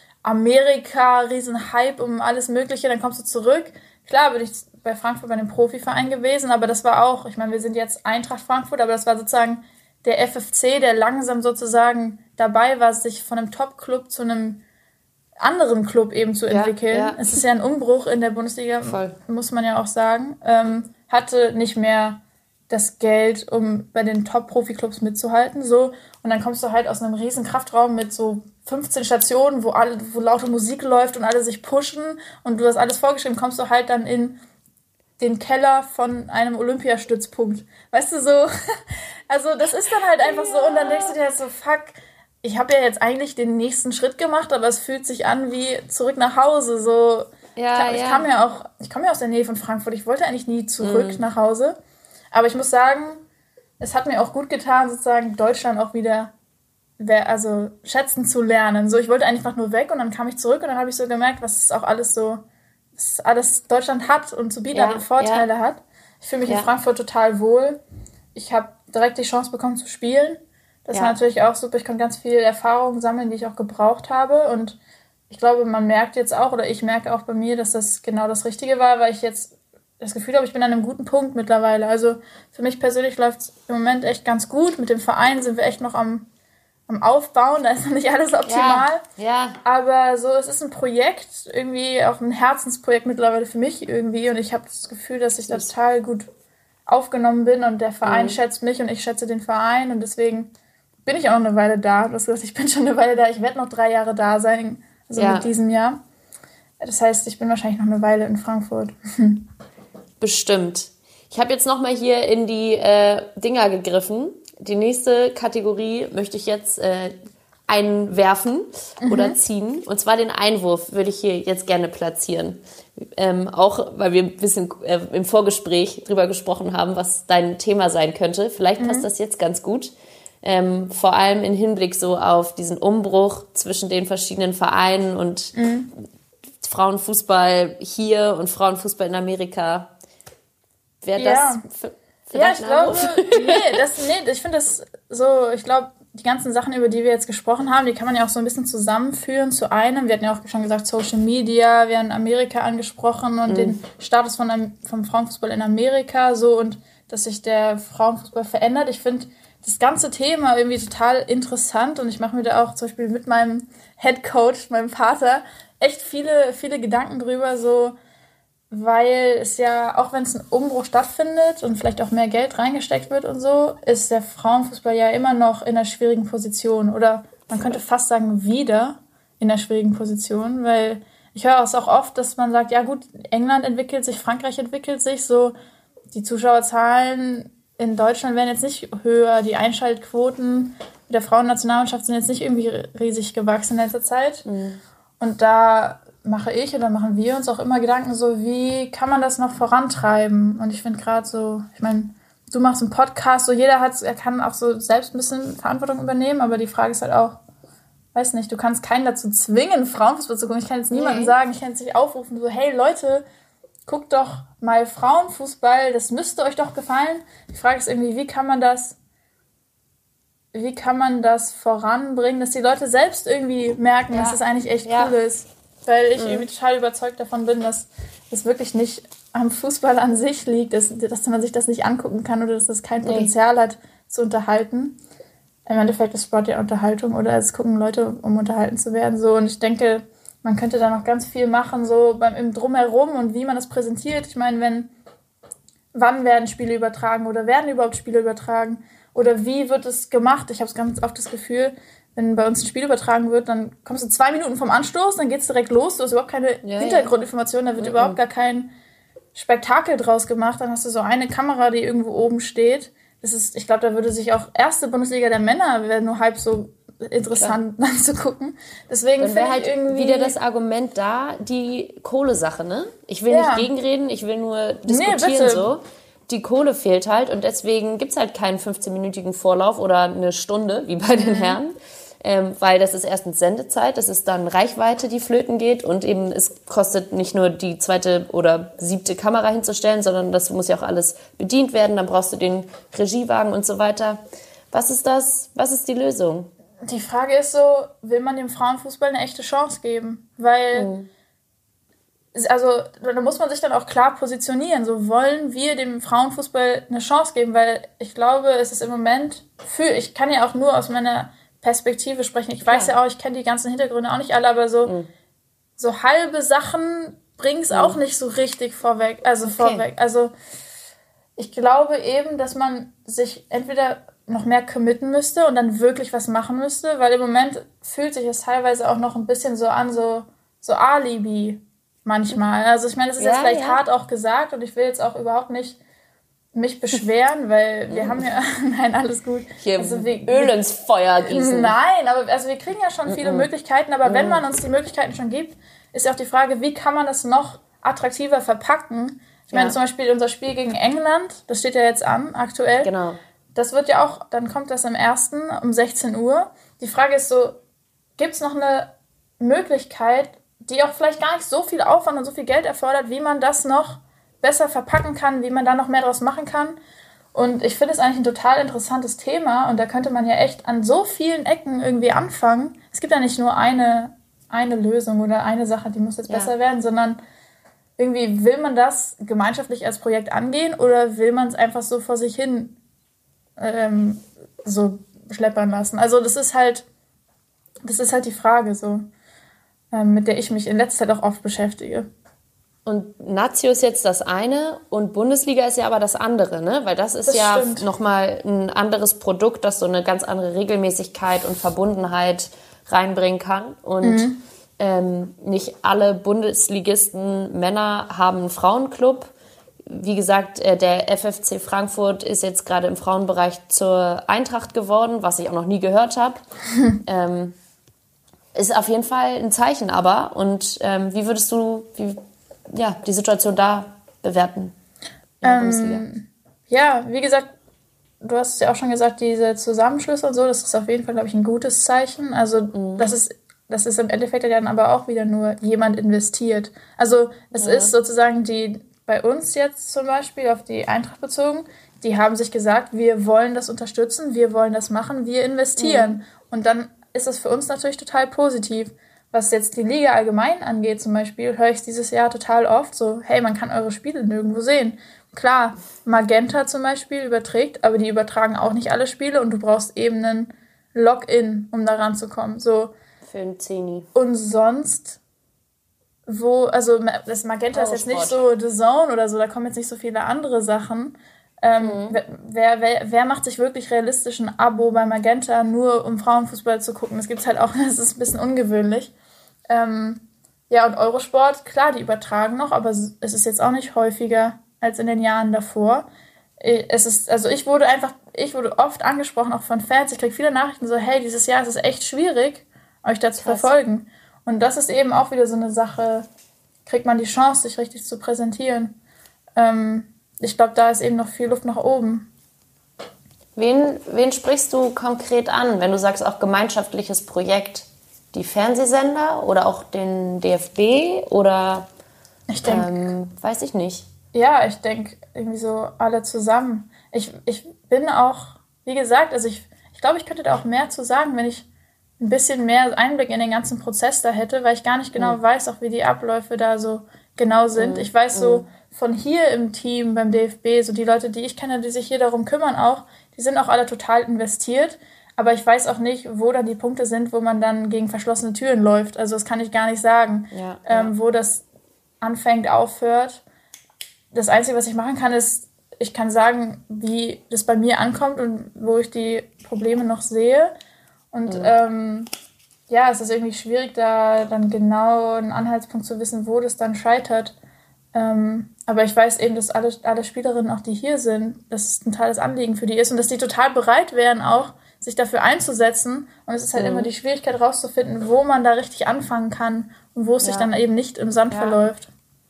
Amerika, riesen Hype um alles Mögliche, dann kommst du zurück. Klar bin ich bei Frankfurt bei einem Profiverein gewesen, aber das war auch, ich meine, wir sind jetzt Eintracht Frankfurt, aber das war sozusagen der F F C, der langsam sozusagen dabei war, sich von einem Top-Club zu einem anderen Club eben zu entwickeln. Ja, ja. Es ist ja ein Umbruch in der Bundesliga, Voll. muss man ja auch sagen. Ähm, hatte nicht mehr das Geld, um bei den Top-Profi-Clubs mitzuhalten. So. Und dann kommst du halt aus einem riesen Kraftraum mit so fünfzehn Stationen, wo alle, wo laute Musik läuft und alle sich pushen und du hast alles vorgeschrieben, kommst du halt dann in den Keller von einem Olympiastützpunkt. Weißt du, so, also das ist dann halt einfach ja. so und dann denkst du dir halt so, fuck, ich habe ja jetzt eigentlich den nächsten Schritt gemacht, aber es fühlt sich an wie zurück nach Hause, so.
Ja,
ich
ja.
kam ja auch, ich komme ja aus der Nähe von Frankfurt, ich wollte eigentlich nie zurück mhm. nach Hause, aber ich muss sagen, es hat mir auch gut getan, sozusagen Deutschland auch wieder also schätzen zu lernen. So, ich wollte einfach nur weg und dann kam ich zurück und dann habe ich so gemerkt, was es auch alles so, was alles Deutschland hat und zu bieten
ja,
hat und Vorteile
ja.
hat. Ich fühle mich
ja.
in Frankfurt total wohl. Ich habe direkt die Chance bekommen zu spielen. Das
ja.
war natürlich auch super. Ich konnte ganz viel Erfahrung sammeln, die ich auch gebraucht habe und ich glaube, man merkt jetzt auch, oder ich merke auch bei mir, dass das genau das Richtige war, weil ich jetzt das Gefühl habe, ich bin an einem guten Punkt mittlerweile. Also für mich persönlich läuft es im Moment echt ganz gut. Mit dem Verein sind wir echt noch am am Aufbauen, da ist noch nicht alles optimal.
Ja, ja.
Aber so, es ist ein Projekt, irgendwie auch ein Herzensprojekt mittlerweile für mich irgendwie und ich habe das Gefühl, dass ich da total gut aufgenommen bin und der Verein mhm. schätzt mich und ich schätze den Verein und deswegen bin ich auch noch eine Weile da. Du hast gesagt, ich bin schon eine Weile da, ich werde noch drei Jahre da sein, also ja. mit diesem Jahr. Das heißt, ich bin wahrscheinlich noch eine Weile in Frankfurt.
Bestimmt. Ich habe jetzt nochmal hier in die äh, Dinger gegriffen. Die nächste Kategorie möchte ich jetzt äh, einwerfen mhm. oder ziehen. Und zwar den Einwurf würde ich hier jetzt gerne platzieren. Ähm, auch weil wir ein bisschen äh, im Vorgespräch drüber gesprochen haben, was dein Thema sein könnte. Vielleicht mhm. passt das jetzt ganz gut. Ähm, vor allem im Hinblick so auf diesen Umbruch zwischen den verschiedenen Vereinen und mhm. Frauenfußball hier und Frauenfußball in Amerika. Wäre
ja.
das... Für,
Ja, ich glaube, nee, das, nee, ich finde das so, ich glaube, die ganzen Sachen, über die wir jetzt gesprochen haben, die kann man ja auch so ein bisschen zusammenführen zu einem. Wir hatten ja auch schon gesagt, Social Media, wir haben Amerika angesprochen und mhm. den Status von, vom Frauenfußball in Amerika so und dass sich der Frauenfußball verändert. Ich finde das ganze Thema irgendwie total interessant und ich mache mir da auch zum Beispiel mit meinem Headcoach, meinem Vater, echt viele, viele Gedanken drüber, so, weil es ja, auch wenn es ein Umbruch stattfindet und vielleicht auch mehr Geld reingesteckt wird und so, ist der Frauenfußball ja immer noch in einer schwierigen Position oder man könnte fast sagen, wieder in einer schwierigen Position, weil ich höre es auch oft, dass man sagt, ja gut, England entwickelt sich, Frankreich entwickelt sich, so die Zuschauerzahlen in Deutschland werden jetzt nicht höher, die Einschaltquoten der Frauennationalmannschaft sind jetzt nicht irgendwie riesig gewachsen in letzter Zeit. Mhm. Und da mache ich oder machen wir uns auch immer Gedanken so, wie kann man das noch vorantreiben? Und ich finde gerade so, ich meine, du machst einen Podcast, so jeder hat, er kann auch so selbst ein bisschen Verantwortung übernehmen, aber die Frage ist halt auch, weiß nicht, du kannst keinen dazu zwingen, Frauenfußball zu gucken. Ich kann jetzt niemandem nee. sagen, ich kann jetzt nicht aufrufen, so, hey Leute, guckt doch mal Frauenfußball, das müsste euch doch gefallen. Die Frage ist irgendwie, wie kann man das, wie kann man das voranbringen, dass die Leute selbst irgendwie merken, ja. dass das eigentlich echt ja. cool ist. Weil ich mhm. irgendwie total überzeugt davon bin, dass es wirklich nicht am Fußball an sich liegt, dass, dass man sich das nicht angucken kann oder dass das kein Potenzial nee. hat, zu unterhalten. Im Endeffekt ist Sport ja Unterhaltung oder es gucken Leute, um unterhalten zu werden. So. Und ich denke, man könnte da noch ganz viel machen, so beim im Drumherum und wie man das präsentiert. Ich meine, wenn, wann werden Spiele übertragen oder werden überhaupt Spiele übertragen? Oder wie wird es gemacht? Ich habe ganz oft das Gefühl, wenn bei uns ein Spiel übertragen wird, dann kommst du zwei Minuten vom Anstoß, dann geht's direkt los, du hast überhaupt keine ja, Hintergrundinformation, da wird ja. überhaupt gar kein Spektakel draus gemacht. Dann hast du so eine Kamera, die irgendwo oben steht. Das ist, ich glaube, da würde sich auch erste Bundesliga der Männer wäre nur halb so interessant anzugucken. Deswegen
dann wäre halt irgendwie wieder das Argument da, die Kohlesache, ne? Ich will ja. nicht gegenreden, ich will nur diskutieren nee, so. Die Kohle fehlt halt und deswegen gibt's halt keinen fünfzehnminütigen Vorlauf oder eine Stunde, wie bei den mhm. Herren. Ähm, weil das ist erstens Sendezeit, das ist dann Reichweite, die flöten geht und eben es kostet nicht nur die zweite oder siebte Kamera hinzustellen, sondern das muss ja auch alles bedient werden, dann brauchst du den Regiewagen und so weiter. Was ist das? Was ist die Lösung?
Die Frage ist so, will man dem Frauenfußball eine echte Chance geben? Weil, mhm. also da muss man sich dann auch klar positionieren. So, wollen wir dem Frauenfußball eine Chance geben? Weil ich glaube, es ist im Moment, für, ich kann ja auch nur aus meiner Perspektive sprechen. Ich weiß ja, ja auch, ich kenne die ganzen Hintergründe auch nicht alle, aber so, mhm. so halbe Sachen bringen es mhm. auch nicht so richtig vorweg. Also okay. vorweg. Also ich glaube eben, dass man sich entweder noch mehr committen müsste und dann wirklich was machen müsste, weil im Moment fühlt sich es teilweise auch noch ein bisschen so an, so, so Alibi manchmal. Also ich meine, das ist ja, jetzt vielleicht ja. hart auch gesagt und ich will jetzt auch überhaupt nicht mich beschweren, weil wir haben ja, nein, alles gut.
Hier
also wir,
Öl ins Feuer gießen.
Nein, aber also wir kriegen ja schon viele mm-mm. Möglichkeiten, aber mm. wenn man uns die Möglichkeiten schon gibt, ist ja auch die Frage, wie kann man das noch attraktiver verpacken? Ich meine, ja. zum Beispiel unser Spiel gegen England, das steht ja jetzt an, aktuell.
Genau.
Das wird ja auch, dann kommt das am ersten um sechzehn Uhr. Die Frage ist so, gibt es noch eine Möglichkeit, die auch vielleicht gar nicht so viel Aufwand und so viel Geld erfordert, wie man das noch besser verpacken kann, wie man da noch mehr draus machen kann. Und ich finde es eigentlich ein total interessantes Thema und da könnte man ja echt an so vielen Ecken irgendwie anfangen. Es gibt ja nicht nur eine, eine Lösung oder eine Sache, die muss jetzt ja. besser werden, sondern irgendwie will man das gemeinschaftlich als Projekt angehen oder will man es einfach so vor sich hin ähm, so schleppern lassen? Also das ist halt, das ist halt die Frage so, ähm, mit der ich mich in letzter Zeit auch oft beschäftige.
Und Nazio ist jetzt das eine und Bundesliga ist ja aber das andere, ne? Weil das ist das ja nochmal ein anderes Produkt, das so eine ganz andere Regelmäßigkeit und Verbundenheit reinbringen kann. Und mhm. ähm, nicht alle Bundesligisten Männer haben einen Frauenclub. Wie gesagt, der F F C Frankfurt ist jetzt gerade im Frauenbereich zur Eintracht geworden, was ich auch noch nie gehört habe. ähm, ist auf jeden Fall ein Zeichen aber. Und ähm, wie würdest du... Wie, ja, die Situation da bewerten in der
ähm,
Bundesliga?
Ja, wie gesagt, du hast es ja auch schon gesagt, diese Zusammenschlüsse und so, das ist auf jeden Fall, glaube ich, ein gutes Zeichen. Also mhm. das ist, das ist im Endeffekt ja dann aber auch wieder nur jemand investiert. Also es ja. ist sozusagen die, bei uns jetzt zum Beispiel auf die Eintracht bezogen, die haben sich gesagt, wir wollen das unterstützen, wir wollen das machen, wir investieren. Mhm. Und dann ist das für uns natürlich total positiv. Was jetzt die Liga allgemein angeht zum Beispiel, höre ich dieses Jahr total oft so, hey, man kann eure Spiele nirgendwo sehen. Klar, Magenta zum Beispiel überträgt, aber die übertragen auch nicht alle Spiele und du brauchst eben einen Login, um da ranzukommen. So.
Für ein Zehni.
Und sonst, wo, also das Magenta ist jetzt nicht so The Zone oder so, da kommen jetzt nicht so viele andere Sachen. Ähm, mhm. wer, wer, wer macht sich wirklich realistisch ein Abo bei Magenta, nur um Frauenfußball zu gucken? Das gibt's halt auch, das ist ein bisschen ungewöhnlich. Ähm, ja, und Eurosport, klar, die übertragen noch, aber es ist jetzt auch nicht häufiger als in den Jahren davor. Es ist, also ich wurde einfach, ich wurde oft angesprochen, auch von Fans, ich kriege viele Nachrichten so, hey, dieses Jahr ist es echt schwierig, euch da zu Krass. verfolgen. Und das ist eben auch wieder so eine Sache, kriegt man die Chance, sich richtig zu präsentieren. Ähm, ich glaube, da ist eben noch viel Luft nach oben.
Wen, wen sprichst du konkret an, wenn du sagst, auch gemeinschaftliches Projekt? Die Fernsehsender oder auch den D F B oder
ich denk,
ähm, weiß ich nicht.
Ja, ich denke irgendwie so alle zusammen. Ich, ich bin auch, wie gesagt, also ich, ich glaube, ich könnte da auch mehr zu sagen, wenn ich ein bisschen mehr Einblick in den ganzen Prozess da hätte, weil ich gar nicht genau mhm. weiß, auch wie die Abläufe da so genau sind. Mhm. Ich weiß so mhm. von hier im Team beim D F B, so die Leute, die ich kenne, die sich hier darum kümmern auch, die sind auch alle total investiert. Aber ich weiß auch nicht, wo dann die Punkte sind, wo man dann gegen verschlossene Türen läuft. Also das kann ich gar nicht sagen,
ja,
ähm,
ja.
wo das anfängt, aufhört. Das Einzige, was ich machen kann, ist, ich kann sagen, wie das bei mir ankommt und wo ich die Probleme noch sehe. Und mhm. ähm, ja, es ist irgendwie schwierig, da dann genau einen Anhaltspunkt zu wissen, wo das dann scheitert. Ähm, aber ich weiß eben, dass alle, alle Spielerinnen, auch die hier sind, dass es ein totales Anliegen für die ist und dass die total bereit wären, auch sich dafür einzusetzen. Und es ist halt mhm. immer die Schwierigkeit rauszufinden, wo man da richtig anfangen kann und wo es ja. sich dann eben nicht im Sand ja. verläuft.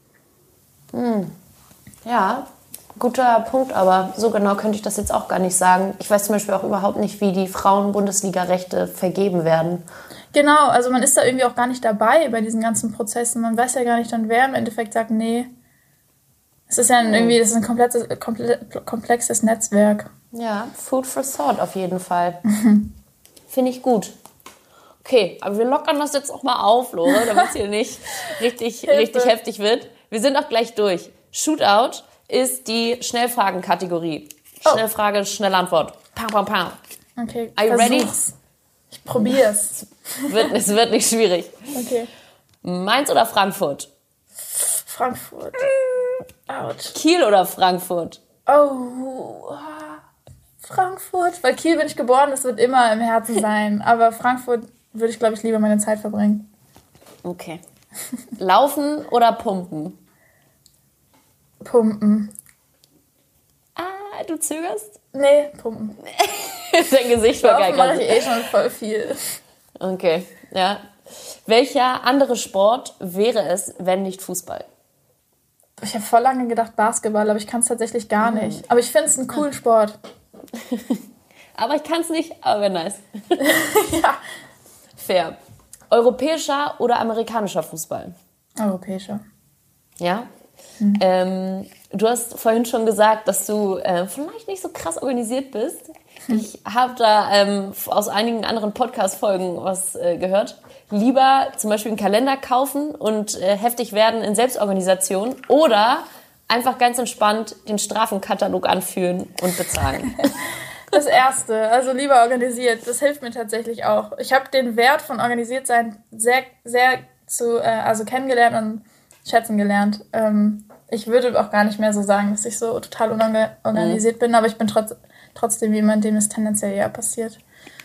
Mhm. Ja, guter Punkt, aber so genau könnte ich das jetzt auch gar nicht sagen. Ich weiß zum Beispiel auch überhaupt nicht, wie die Frauen-Bundesliga-Rechte vergeben werden.
Genau, also man ist da irgendwie auch gar nicht dabei bei diesen ganzen Prozessen. Man weiß ja gar nicht dann, wer im Endeffekt sagt, nee. Es ist ja ein, irgendwie, das ist ein komplettes, komplett, komplexes Netzwerk.
Ja, Food for Thought auf jeden Fall. Finde ich gut. Okay, aber wir lockern das jetzt auch mal auf, Lore, damit es hier nicht richtig, richtig heftig wird. Wir sind auch gleich durch. Shootout ist die Schnellfragen-Kategorie. Schnellfrage, oh. schnelle Antwort. Pam, pam, pam.
Okay,
Are you ready?
Ich probier's.
Es wird, es wird nicht schwierig.
Okay.
Mainz oder Frankfurt?
Frankfurt. Out.
Kiel oder Frankfurt?
Oh, Frankfurt. Weil Kiel bin ich geboren, das wird immer im Herzen sein. Aber Frankfurt würde ich, glaube ich, lieber meine Zeit verbringen.
Okay. Laufen oder pumpen?
Pumpen.
Ah, du zögerst?
Nee, pumpen.
Dein Gesicht war geil.
Laufen mache ich eh schon voll viel.
Okay, ja. Welcher andere Sport wäre es, wenn nicht Fußball?
Ich habe voll lange gedacht Basketball, aber ich kann es tatsächlich gar mhm. nicht. Aber ich finde es einen coolen Sport.
Aber ich kann es nicht, aber wäre nice.
Ja.
Fair. Europäischer oder amerikanischer Fußball?
Europäischer.
Ja? Mhm. Ähm, du hast vorhin schon gesagt, dass du äh, vielleicht nicht so krass organisiert bist. Mhm. Ich habe da ähm, aus einigen anderen Podcast-Folgen was äh, gehört. Lieber zum Beispiel einen Kalender kaufen und äh, heftig werden in Selbstorganisation oder einfach ganz entspannt den Strafenkatalog anführen und bezahlen.
Das Erste, also lieber organisiert, das hilft mir tatsächlich auch. Ich habe den Wert von organisiert sein sehr, sehr zu, äh, also kennengelernt und schätzen gelernt. Ähm, ich würde auch gar nicht mehr so sagen, dass ich so total unorganisiert mhm. bin, aber ich bin trotz, trotzdem jemand, dem es tendenziell eher passiert.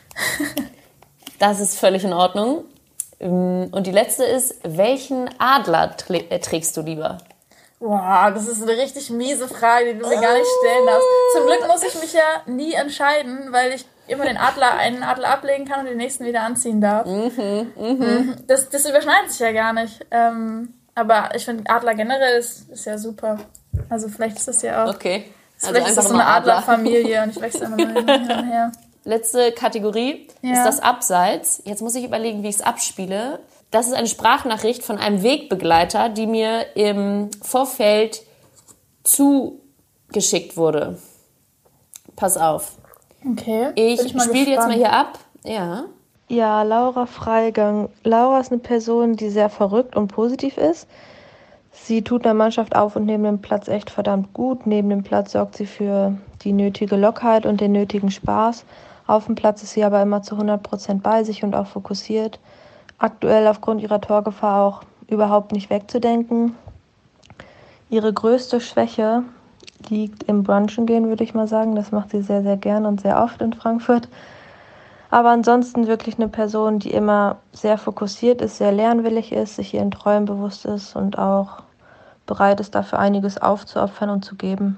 Das ist völlig in Ordnung. Und die letzte ist, welchen Adler trägst du lieber?
Boah, das ist eine richtig miese Frage, die du mir gar nicht stellen darfst. Zum Glück muss ich mich ja nie entscheiden, weil ich immer den Adler, einen Adler ablegen kann und den nächsten wieder anziehen darf. Mhm, mhm. Das, das überschneidet sich ja gar nicht. Ähm, aber ich finde, Adler generell ist, ist ja super. Also vielleicht ist das ja auch...
Okay.
Also vielleicht ist das so eine Adler. Adlerfamilie und ich wechsle immer mal hin und her.
Letzte Kategorie ja. ist das Abseits. Jetzt muss ich überlegen, wie ich es abspiele. Das ist eine Sprachnachricht von einem Wegbegleiter, die mir im Vorfeld zugeschickt wurde. Pass auf.
Okay.
Ich spiele die jetzt mal hier ab. Ja.
Ja, Laura Freigang. Laura ist eine Person, die sehr verrückt und positiv ist. Sie tut der Mannschaft auf und neben dem Platz echt verdammt gut. Neben dem Platz sorgt sie für die nötige Lockerheit und den nötigen Spaß. Auf dem Platz ist sie aber immer zu hundert Prozent bei sich und auch fokussiert. Aktuell aufgrund ihrer Torgefahr auch überhaupt nicht wegzudenken. Ihre größte Schwäche liegt im Brunchen gehen, würde ich mal sagen. Das macht sie sehr, sehr gern und sehr oft in Frankfurt. Aber ansonsten wirklich eine Person, die immer sehr fokussiert ist, sehr lernwillig ist, sich ihren Träumen bewusst ist und auch bereit ist, dafür einiges aufzuopfern und zu geben.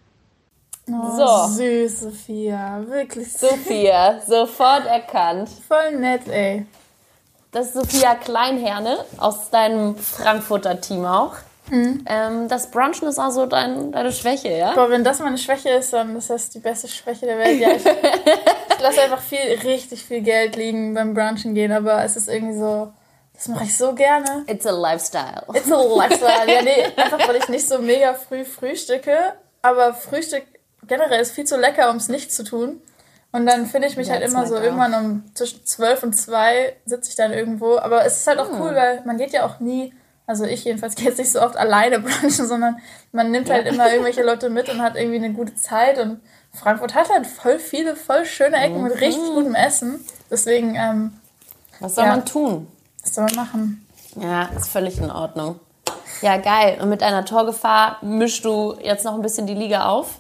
Oh,
So.
Süß, Sophia. Wirklich süß.
Sophia, sofort erkannt.
Voll nett, ey.
Das ist Sophia Kleinherne aus deinem Frankfurter Team auch. Mhm. Ähm, das Brunchen ist also dein, deine Schwäche, ja?
Boah, wenn das meine Schwäche ist, dann ist das die beste Schwäche der Welt. Ja, ich, ich lasse einfach viel, richtig viel Geld liegen beim Brunchen gehen, aber es ist irgendwie so, das mache ich so gerne.
It's a lifestyle.
It's a lifestyle. Ja, nee, einfach weil ich nicht so mega früh frühstücke, aber Frühstück generell ist viel zu lecker, um es nicht zu tun. Und dann finde ich mich
Ja,
halt
it's
immer
my
so,
girl.
irgendwann um zwischen zwölf und zwei sitze ich dann irgendwo. Aber es ist halt auch
Hm.
cool, weil man geht ja auch nie, also ich jedenfalls gehe jetzt nicht so oft alleine brunchen, sondern man nimmt halt immer irgendwelche Leute mit und hat irgendwie eine gute Zeit. Und Frankfurt hat halt voll viele, voll schöne Ecken
Mhm.
mit richtig gutem Essen. Deswegen, ähm,
Was soll
Ja.
man tun?
was soll man machen?
Ja, ist völlig in Ordnung. Ja, geil. Und mit deiner Torgefahr mischst du jetzt noch ein bisschen die Liga auf?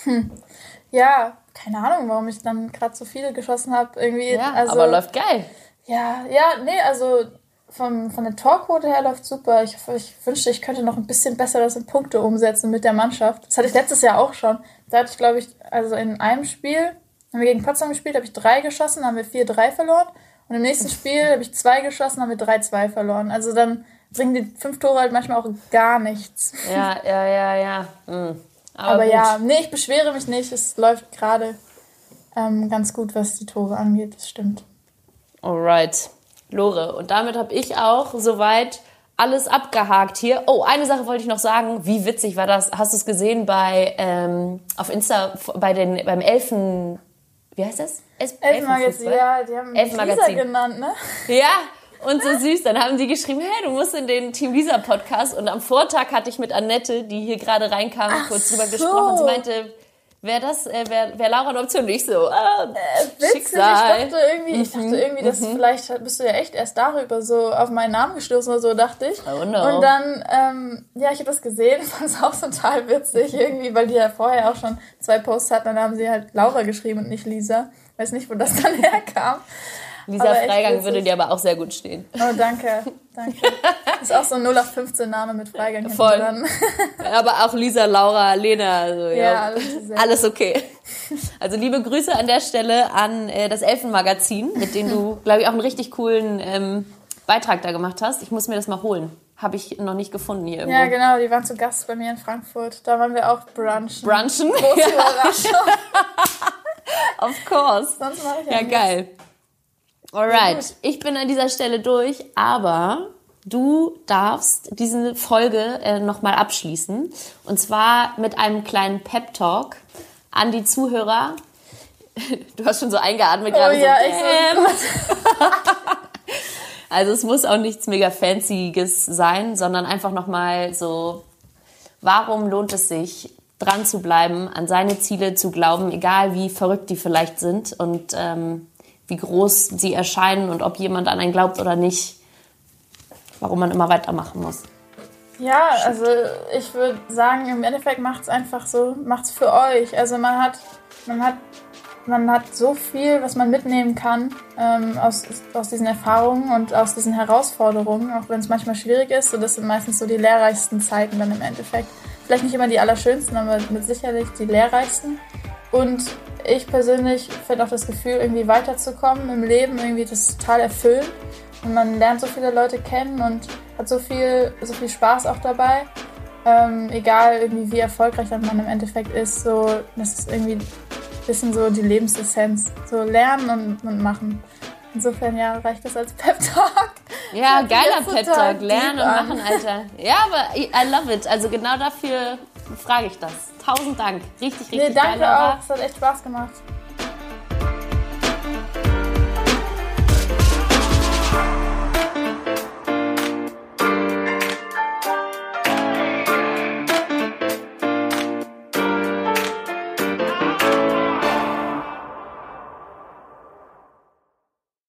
Ja, keine Ahnung, warum ich dann gerade so viele geschossen habe. Irgendwie,
Ja,
also,
aber läuft geil.
Ja, ja, nee, also vom, von der Torquote her läuft super. Ich, ich wünschte, ich könnte noch ein bisschen besser das in Punkte umsetzen mit der Mannschaft. Das hatte ich letztes Jahr auch schon. Da hatte ich, glaube ich, also in einem Spiel, haben wir gegen Potsdam gespielt, habe ich drei geschossen, haben wir vier drei verloren. Und im nächsten Spiel habe ich zwei geschossen, haben wir drei zwei verloren. Also dann bringen die fünf Tore halt manchmal auch gar nichts.
Ja, ja, ja, ja. Mhm. Aber,
Aber
gut.
ja, nee, ich beschwere mich nicht. Es läuft gerade ähm, ganz gut, was die Tore angeht. Das stimmt.
Alright. Lore, und damit habe ich auch soweit alles abgehakt hier. Oh, eine Sache wollte ich noch sagen. Wie witzig war das? Hast du es gesehen bei ähm, auf Insta bei den beim Elfen? Wie heißt das? Es-
Elfenmagazin,
Elfenfußball?
ja, die haben mich Lisa
Elfenmagazin.
genannt, ne?
Ja, und so süß. Dann haben die geschrieben, hey, du musst in den Team Lisa Podcast. Und am Vortag hatte ich mit Annette, die hier gerade reinkam,
Ach
kurz drüber
so.
gesprochen. Sie meinte, wäre das, äh, wäre wär Laura eine Option? Ich so, ah,
Witzig,
Schicksal.
ich dachte irgendwie, ich dachte irgendwie, dass vielleicht bist du ja echt erst darüber so auf meinen Namen gestoßen oder so, dachte ich.
Oh no.
Und dann, ähm, ja, ich habe das gesehen, fand es auch total witzig irgendwie, weil die ja vorher auch schon zwei Posts hatten, dann haben sie halt Laura geschrieben und nicht Lisa. Weiß nicht, wo das dann herkam.
Lisa
Aber echt
Freigang
witzig.
würde dir aber auch sehr gut stehen.
Oh, danke, danke. Ist auch so ein null acht fünfzehn Name mit Freigang. hinten
Voll.
dran.
Aber auch Lisa, Laura, Lena, also, ja,
Ja, alles sehr
alles okay. Also liebe Grüße an der Stelle an äh, das Elfenmagazin, mit dem du, glaube ich, auch einen richtig coolen ähm, Beitrag da gemacht hast. Ich muss mir das mal holen. Habe ich noch nicht gefunden hier irgendwo.
Ja, genau, die waren zu Gast bei mir in Frankfurt. Da waren wir auch brunchen.
Brunchen?
Große
Ja,
Überraschung.
of course.
Sonst mache ich
Ja,
nichts.
geil.
Ja,
Alright,
gut.
ich bin an dieser Stelle durch, aber du darfst diese Folge äh, nochmal abschließen. Und zwar mit einem kleinen Pep-Talk an die Zuhörer. Du hast schon so eingeatmet
Oh
gerade.
ja,
so,
ich
damn.
so,
Also es muss auch nichts mega Fancyes sein, sondern einfach nochmal so, warum lohnt es sich, dran zu bleiben, an seine Ziele zu glauben, egal wie verrückt die vielleicht sind und ähm, wie groß sie erscheinen und ob jemand an einen glaubt oder nicht, warum man immer weitermachen muss.
ja, also ich würde sagen, im Endeffekt macht es einfach so, macht es für euch. Also man hat, man hat, man hat so viel, was man mitnehmen kann ähm, aus, aus diesen Erfahrungen und aus diesen Herausforderungen, auch wenn es manchmal schwierig ist. So, das sind meistens so die lehrreichsten Zeiten dann im Endeffekt. Vielleicht nicht immer die allerschönsten, aber mit sicherlich die lehrreichsten. Und ich persönlich finde auch das Gefühl, irgendwie weiterzukommen im Leben, irgendwie das ist total erfüllend. Und man lernt so viele Leute kennen und hat so viel, so viel Spaß auch dabei. Ähm, egal irgendwie wie erfolgreich dann man im Endeffekt ist, so, das ist irgendwie ein bisschen so die Lebensessenz. So lernen und, und machen. Insofern, ja, reicht das als Pep-Talk.
Ja,
Hört sich
geiler
jetzt total
Pep-Talk, lernen
deep
und
an.
machen, Alter. Ja, aber I I love it. Also genau dafür frage ich das. Tausend Dank. Richtig, richtig
nee, danke
geil, Laura.
auch. Es hat echt Spaß gemacht.